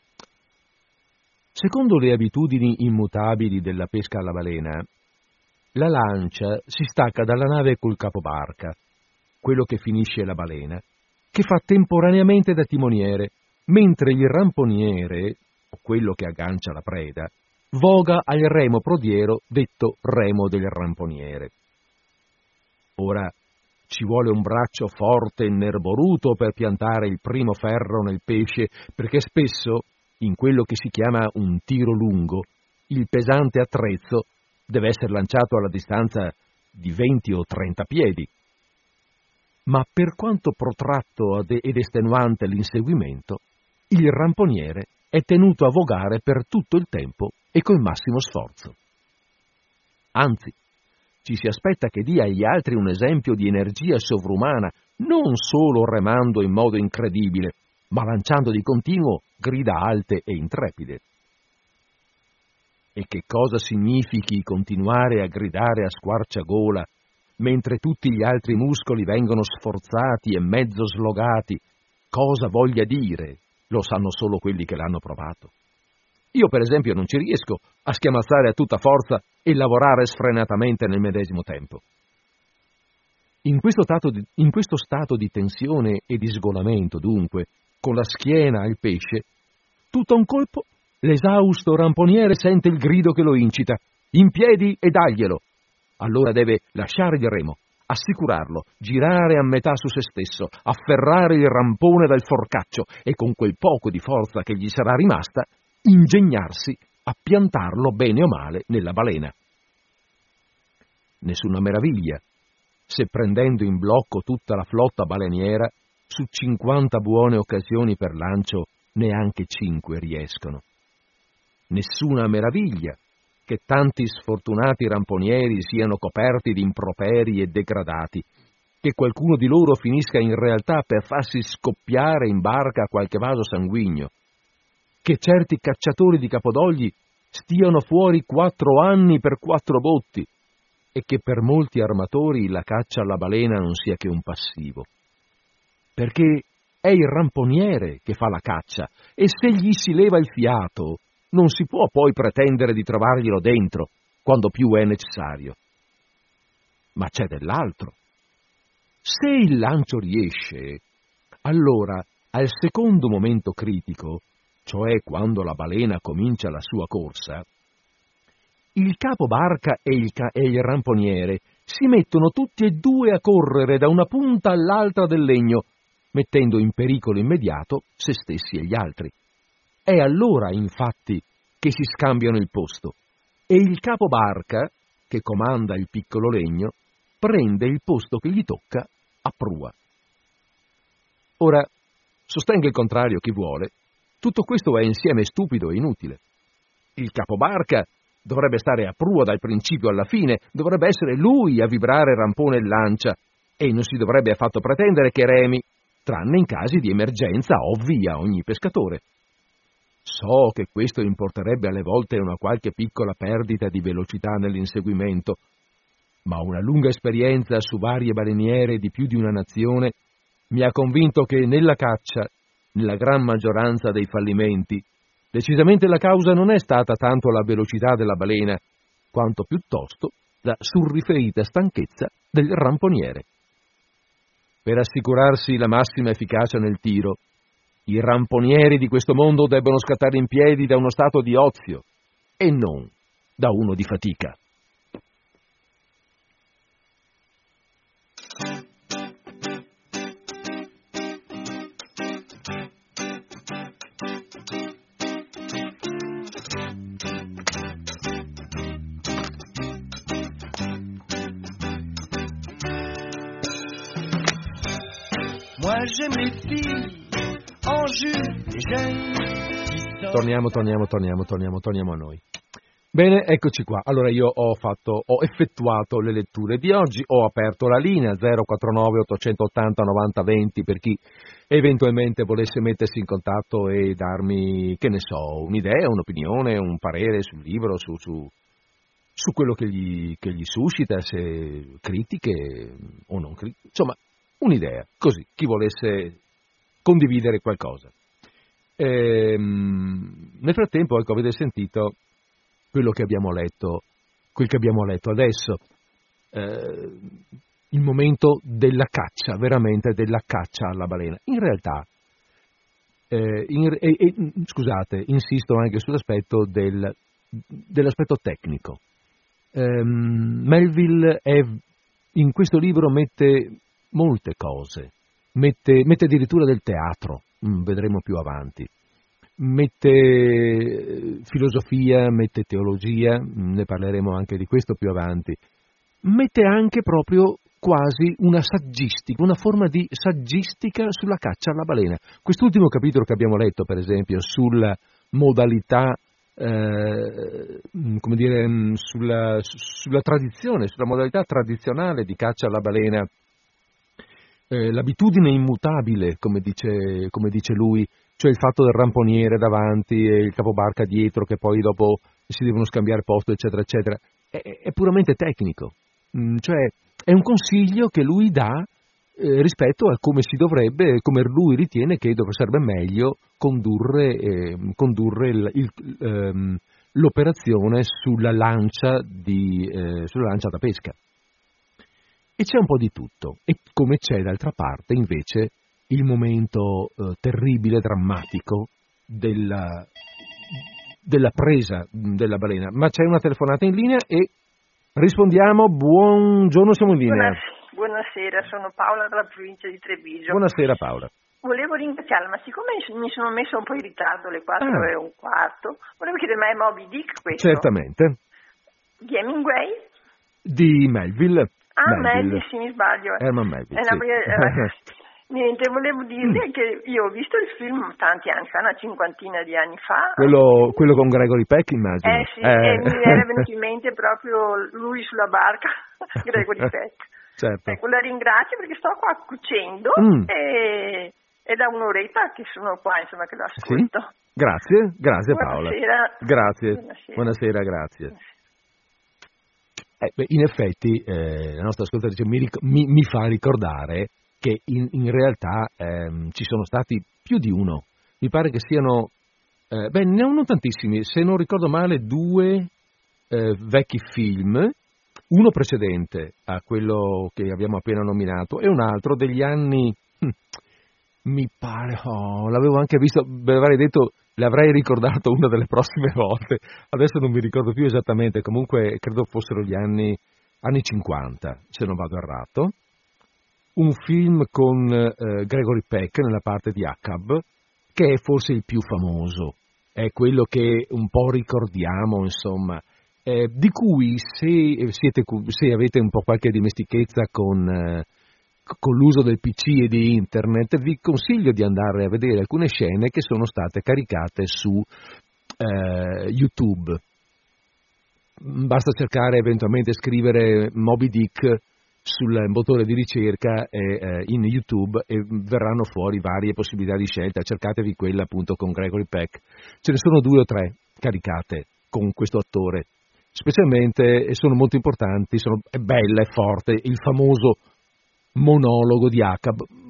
A: Secondo le abitudini immutabili della pesca alla balena, la lancia si stacca dalla nave col capobarca, quello che finisce la balena, che fa temporaneamente da timoniere, mentre il ramponiere, o quello che aggancia la preda, voga al remo prodiero detto remo del ramponiere. Ora ci vuole un braccio forte e nerboruto per piantare il primo ferro nel pesce, perché spesso, in quello che si chiama un tiro lungo, il pesante attrezzo deve essere lanciato alla distanza di 20 o 30 piedi. Ma per quanto protratto ed estenuante l'inseguimento, il ramponiere è tenuto a vogare per tutto il tempo e col massimo sforzo. Anzi, ci si aspetta che dia agli altri un esempio di energia sovrumana, non solo remando in modo incredibile, ma lanciando di continuo grida alte e intrepide. E che cosa significhi continuare a gridare a squarciagola, mentre tutti gli altri muscoli vengono sforzati e mezzo slogati, cosa voglia dire, lo sanno solo quelli che l'hanno provato. Io, per esempio, non ci riesco a schiamazzare a tutta forza e lavorare sfrenatamente nel medesimo tempo. In questo stato di tensione e di sgolamento, dunque, con la schiena al pesce, tutto a un colpo l'esausto ramponiere sente il grido che lo incita: «In piedi e daglielo!» Allora deve lasciare il remo, assicurarlo, girare a metà su se stesso, afferrare il rampone dal forcaccio e con quel poco di forza che gli sarà rimasta ingegnarsi a piantarlo bene o male nella balena. Nessuna meraviglia se, prendendo in blocco tutta la flotta baleniera, su 50 buone occasioni per lancio neanche 5 riescono. Nessuna meraviglia che tanti sfortunati ramponieri siano coperti di improperi e degradati, che qualcuno di loro finisca in realtà per farsi scoppiare in barca qualche vaso sanguigno, che certi cacciatori di capodogli stiano fuori 4 anni per 4 botti e che per molti armatori la caccia alla balena non sia che un passivo. Perché è il ramponiere che fa la caccia e se gli si leva il fiato non si può poi pretendere di trovarglielo dentro quando più è necessario. Ma c'è dell'altro. Se il lancio riesce, allora al secondo momento critico, cioè quando la balena comincia la sua corsa, il capobarca e il ramponiere si mettono tutti e due a correre da una punta all'altra del legno, mettendo in pericolo immediato se stessi e gli altri. È allora, infatti, che si scambiano il posto e il capobarca, che comanda il piccolo legno, prende il posto che gli tocca a prua. Ora, sostenga il contrario chi vuole, tutto questo è insieme stupido e inutile. Il capobarca dovrebbe stare a prua dal principio alla fine, dovrebbe essere lui a vibrare rampone e lancia e non si dovrebbe affatto pretendere che remi, tranne in casi di emergenza ovvi a ogni pescatore. So che questo importerebbe alle volte una qualche piccola perdita di velocità nell'inseguimento, ma una lunga esperienza su varie baleniere di più di una nazione mi ha convinto che nella caccia, nella gran maggioranza dei fallimenti, decisamente la causa non è stata tanto la velocità della balena, quanto piuttosto la surriferita stanchezza del ramponiere. Per assicurarsi la massima efficacia nel tiro, i ramponieri di questo mondo debbono scattare in piedi da uno stato di ozio e non da uno di fatica. Torniamo a noi. Bene, eccoci qua. Allora io ho effettuato le letture di oggi, ho aperto la linea 049 880 90 20 per chi eventualmente volesse mettersi in contatto e darmi, che ne so, un'idea, un'opinione, un parere sul libro, su quello che gli suscita, se critiche o non critiche, insomma, un'idea, così, chi volesse condividere qualcosa. Nel frattempo, ecco, avete sentito quello che abbiamo letto, quel che abbiamo letto adesso, il momento della caccia, veramente della caccia alla balena. In realtà, scusate, insisto anche sull'aspetto dell'aspetto tecnico. Melville in questo libro mette molte cose, mette addirittura del teatro, vedremo più avanti, mette filosofia, mette teologia, ne parleremo anche di questo più avanti, mette anche proprio quasi una saggistica, una forma di saggistica sulla caccia alla balena. Quest'ultimo capitolo che abbiamo letto, per esempio, sulla modalità, come dire, sulla tradizione, sulla modalità tradizionale di caccia alla balena, l'abitudine immutabile, come dice lui, cioè il fatto del ramponiere davanti e il capobarca dietro che poi dopo si devono scambiare posto, eccetera, eccetera, è puramente tecnico, cioè è un consiglio che lui dà rispetto a come si dovrebbe, come lui ritiene che sarebbe meglio condurre l'operazione sulla lancia da pesca. E c'è un po' di tutto, e come c'è d'altra parte invece il momento terribile, drammatico della presa della balena. Ma c'è una telefonata in linea e rispondiamo. Buongiorno, siamo in linea.
C: Buonasera, sono Paola dalla provincia di Treviso.
A: Buonasera Paola.
C: Volevo ringraziarla, ma siccome mi sono messo un po' in ritardo, le 4:15, volevo chiedere, ma è Moby Dick questo?
A: Certamente.
C: Di Hemingway?
A: Di Melville.
C: Melville, sì, mi sbaglio.
A: Herman Melville, sì.
C: Niente, volevo dirle che io ho visto il film tanti anni fa, una cinquantina di anni fa.
A: Quello con Gregory Peck, immagino.
C: Sì, e mi era venuto in mente proprio lui sulla barca, Gregory Peck.
A: Certo.
C: Ecco, la ringrazio perché sto qua cucendo e da un'oretta che sono qua, insomma, che lo ascolto.
A: Sì? Grazie Paola.
C: Buonasera.
A: Grazie. Buonasera, grazie. In effetti la nostra ascoltatrice mi fa ricordare che in realtà ci sono stati più di uno. Mi pare che siano, ne hanno tantissimi, se non ricordo male, 2 vecchi film, uno precedente a quello che abbiamo appena nominato e un altro degli anni, mi pare, l'avevo anche visto, ve l'avrei detto, l'avrei ricordato una delle prossime volte, adesso non mi ricordo più esattamente, comunque credo fossero gli anni 50, se non vado errato. Un film con Gregory Peck nella parte di Ahab, che è forse il più famoso, è quello che un po' ricordiamo, insomma, di cui se avete un po' qualche dimestichezza con l'uso del PC e di Internet, vi consiglio di andare a vedere alcune scene che sono state caricate su YouTube. Basta cercare, eventualmente scrivere Moby Dick sul motore di ricerca in YouTube e verranno fuori varie possibilità di scelta. Cercatevi quella appunto con Gregory Peck. Ce ne sono 2 o 3 caricate con questo attore, specialmente, e sono molto importanti, è bella, è forte, il famoso monologo di Ahab.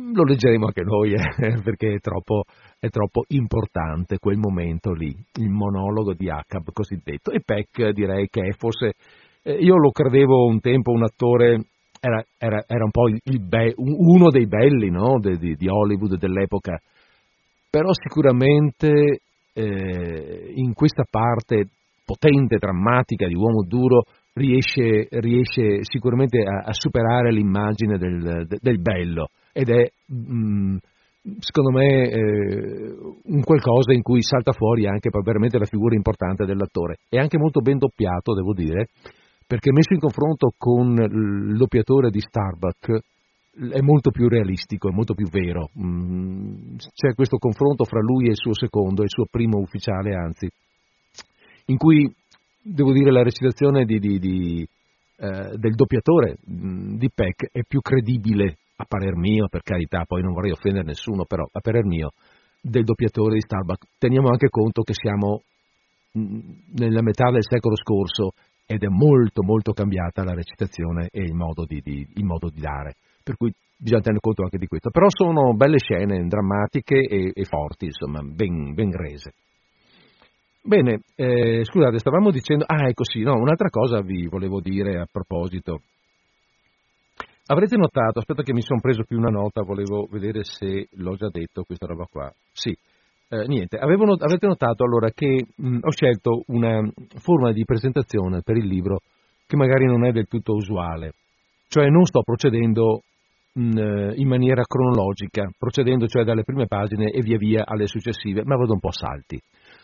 A: lo leggeremo anche noi, perché è troppo importante quel momento lì, il monologo di Achab cosiddetto. E Peck direi che è forse, io lo credevo un tempo un attore, era un po' uno dei belli, no? di Hollywood dell'epoca, però sicuramente in questa parte potente, drammatica di uomo duro riesce sicuramente a superare l'immagine del bello, ed è secondo me un qualcosa in cui salta fuori anche veramente la figura importante dell'attore. È anche molto ben doppiato, devo dire, perché messo in confronto con il doppiatore di Starbuck è molto più realistico, è molto più vero. C'è questo confronto fra lui e il suo secondo, il suo primo ufficiale anzi, in cui devo dire la recitazione del doppiatore di Peck è più credibile, a parer mio, per carità, poi non vorrei offendere nessuno, però a parer mio, del doppiatore di Starbuck. Teniamo anche conto che siamo nella metà del secolo scorso ed è molto molto cambiata la recitazione e il modo di dare, per cui bisogna tenere conto anche di questo. Però sono belle scene, drammatiche e forti, insomma, ben rese. Bene, scusate, stavamo dicendo, ecco sì, no, un'altra cosa vi volevo dire a proposito. Avrete notato, aspetta che mi sono preso qui una nota, volevo vedere se l'ho già detto questa roba qua. Sì, niente, avete notato allora che ho scelto una forma di presentazione per il libro che magari non è del tutto usuale, cioè non sto procedendo in maniera cronologica, procedendo cioè dalle prime pagine e via via alle successive, ma vado un po' a salti.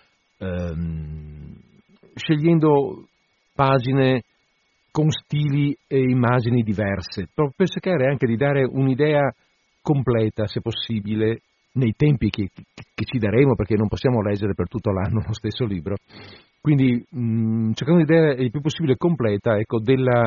A: Scegliendo pagine con stili e immagini diverse, proprio per cercare anche di dare un'idea completa, se possibile, nei tempi che ci daremo, perché non possiamo leggere per tutto l'anno lo stesso libro. Quindi cercando di dare il più possibile completa, ecco, della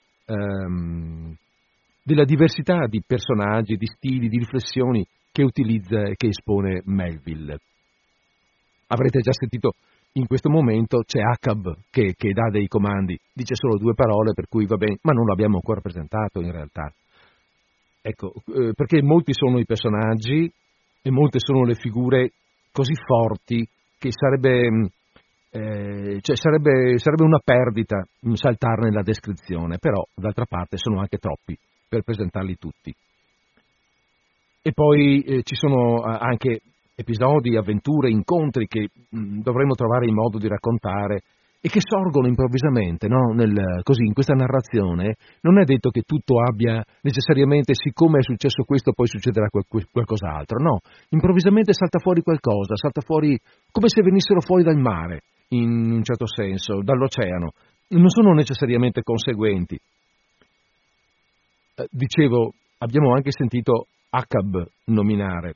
A: diversità di personaggi, di stili, di riflessioni che utilizza e che espone Melville. Avrete già sentito in questo momento c'è Achab che dà dei comandi, dice solo 2 parole, per cui va bene, ma non l'abbiamo ancora presentato in realtà. Ecco, perché molti sono i personaggi e molte sono le figure così forti che sarebbe una perdita saltarne la descrizione, però d'altra parte sono anche troppi per presentarli tutti. E poi ci sono anche episodi, avventure, incontri che dovremo trovare il modo di raccontare e che sorgono improvvisamente, no? Così, in questa narrazione non è detto che tutto abbia necessariamente, siccome è successo questo poi succederà qualcos'altro, no, improvvisamente salta fuori qualcosa, salta fuori come se venissero fuori dal mare, in un certo senso, dall'oceano, non sono necessariamente conseguenti. Dicevo, abbiamo anche sentito Achab nominare.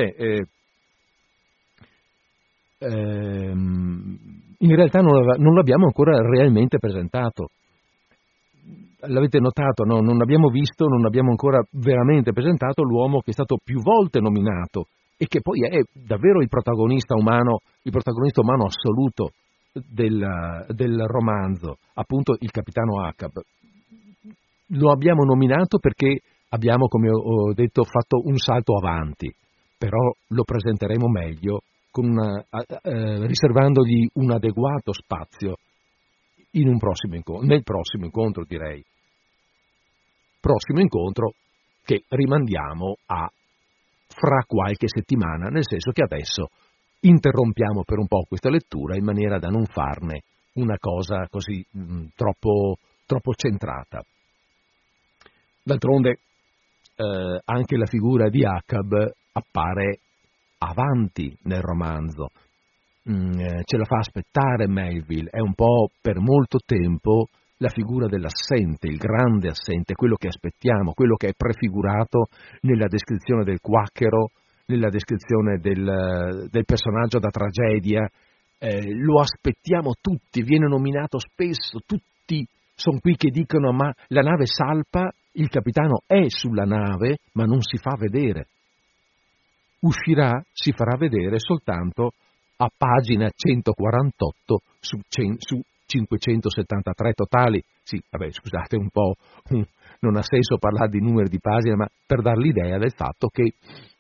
A: In realtà non l'abbiamo ancora realmente presentato. L'avete notato, no? Non abbiamo visto, non abbiamo ancora veramente presentato l'uomo che è stato più volte nominato e che poi è davvero il protagonista umano assoluto del romanzo, appunto il capitano Achab. Lo abbiamo nominato perché abbiamo, come ho detto, fatto un salto avanti, però lo presenteremo meglio riservandogli un adeguato spazio nel prossimo incontro, direi. Prossimo incontro che rimandiamo a fra qualche settimana, nel senso che adesso interrompiamo per un po' questa lettura in maniera da non farne una cosa così troppo centrata. D'altronde anche la figura di Achab appare avanti nel romanzo, ce la fa aspettare Melville, è un po' per molto tempo la figura dell'assente, il grande assente, quello che aspettiamo, quello che è prefigurato nella descrizione del quacchero, nella descrizione del personaggio da tragedia, lo aspettiamo tutti, viene nominato spesso, tutti sono qui che dicono ma la nave salpa, il capitano è sulla nave ma non si fa vedere. Uscirà, si farà vedere soltanto a pagina 148 su 573 totali. Sì, vabbè, scusate un po' non ha senso parlare di numeri di pagina, ma per dar l'idea del fatto che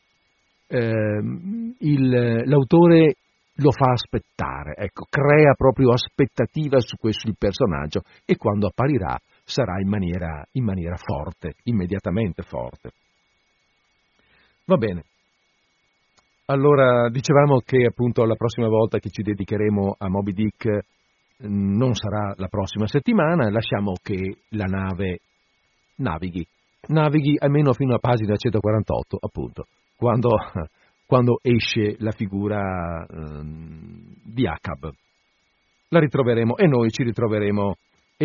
A: l'autore lo fa aspettare, ecco, crea proprio aspettativa sul personaggio, e quando apparirà sarà in maniera forte, immediatamente forte. Va bene. Allora, dicevamo che appunto la prossima volta che ci dedicheremo a Moby Dick non sarà la prossima settimana, lasciamo che la nave navighi almeno fino a pagina 148, appunto, quando esce la figura di Acab. La ritroveremo e noi ci ritroveremo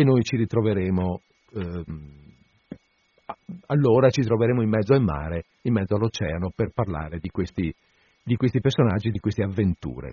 A: allora ci troveremo in mezzo al mare, in mezzo all'oceano, per parlare di questi personaggi, di queste avventure.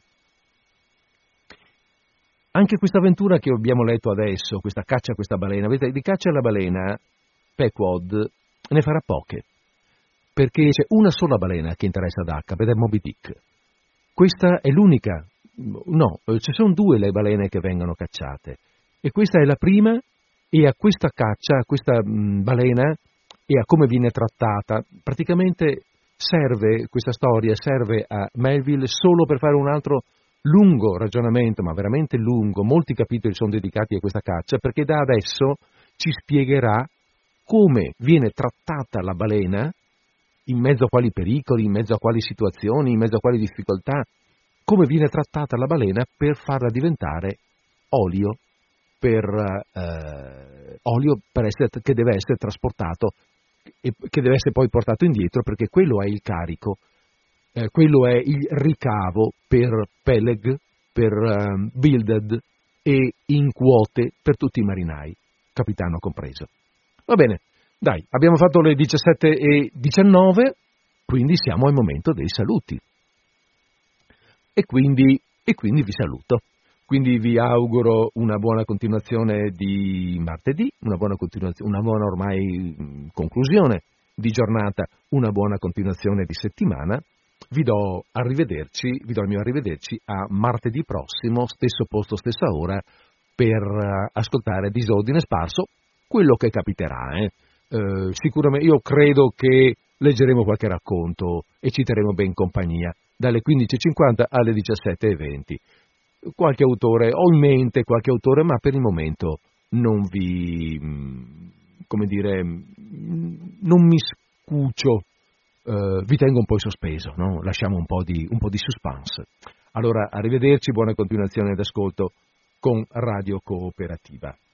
A: Anche questa avventura che abbiamo letto adesso, questa caccia a questa balena, vedete, di caccia alla balena Pequod ne farà poche, perché c'è una sola balena che interessa ad Acab, ed è Moby Dick. Questa è l'unica, no, ci sono due le balene che vengono cacciate, e questa è la prima, e a questa caccia, a questa balena, e a come viene trattata, praticamente questa storia serve a Melville solo per fare un altro lungo ragionamento, ma veramente lungo, molti capitoli sono dedicati a questa caccia, perché da adesso ci spiegherà come viene trattata la balena, in mezzo a quali pericoli, in mezzo a quali situazioni, in mezzo a quali difficoltà, come viene trattata la balena per farla diventare olio, che deve essere trasportato e che deve essere poi portato indietro, perché quello è il carico, quello è il ricavo per Peleg, per Bildad e in quote per tutti i marinai, capitano compreso. Va bene, dai, abbiamo fatto le 17:19, quindi siamo al momento dei saluti. E quindi vi saluto. Quindi vi auguro una buona continuazione di martedì, una buona ormai conclusione di giornata, una buona continuazione di settimana. Vi do il mio arrivederci a martedì prossimo, stesso posto, stessa ora, per ascoltare Disordine Sparso, quello che capiterà. Sicuramente io credo che leggeremo qualche racconto e ci terremo ben compagnia dalle 15:50 alle 17:20. Qualche autore, ho in mente qualche autore, ma per il momento non mi scucio, vi tengo un po' in sospeso, no? Lasciamo un po' di suspense. Allora, arrivederci, buona continuazione d'ascolto con Radio Cooperativa.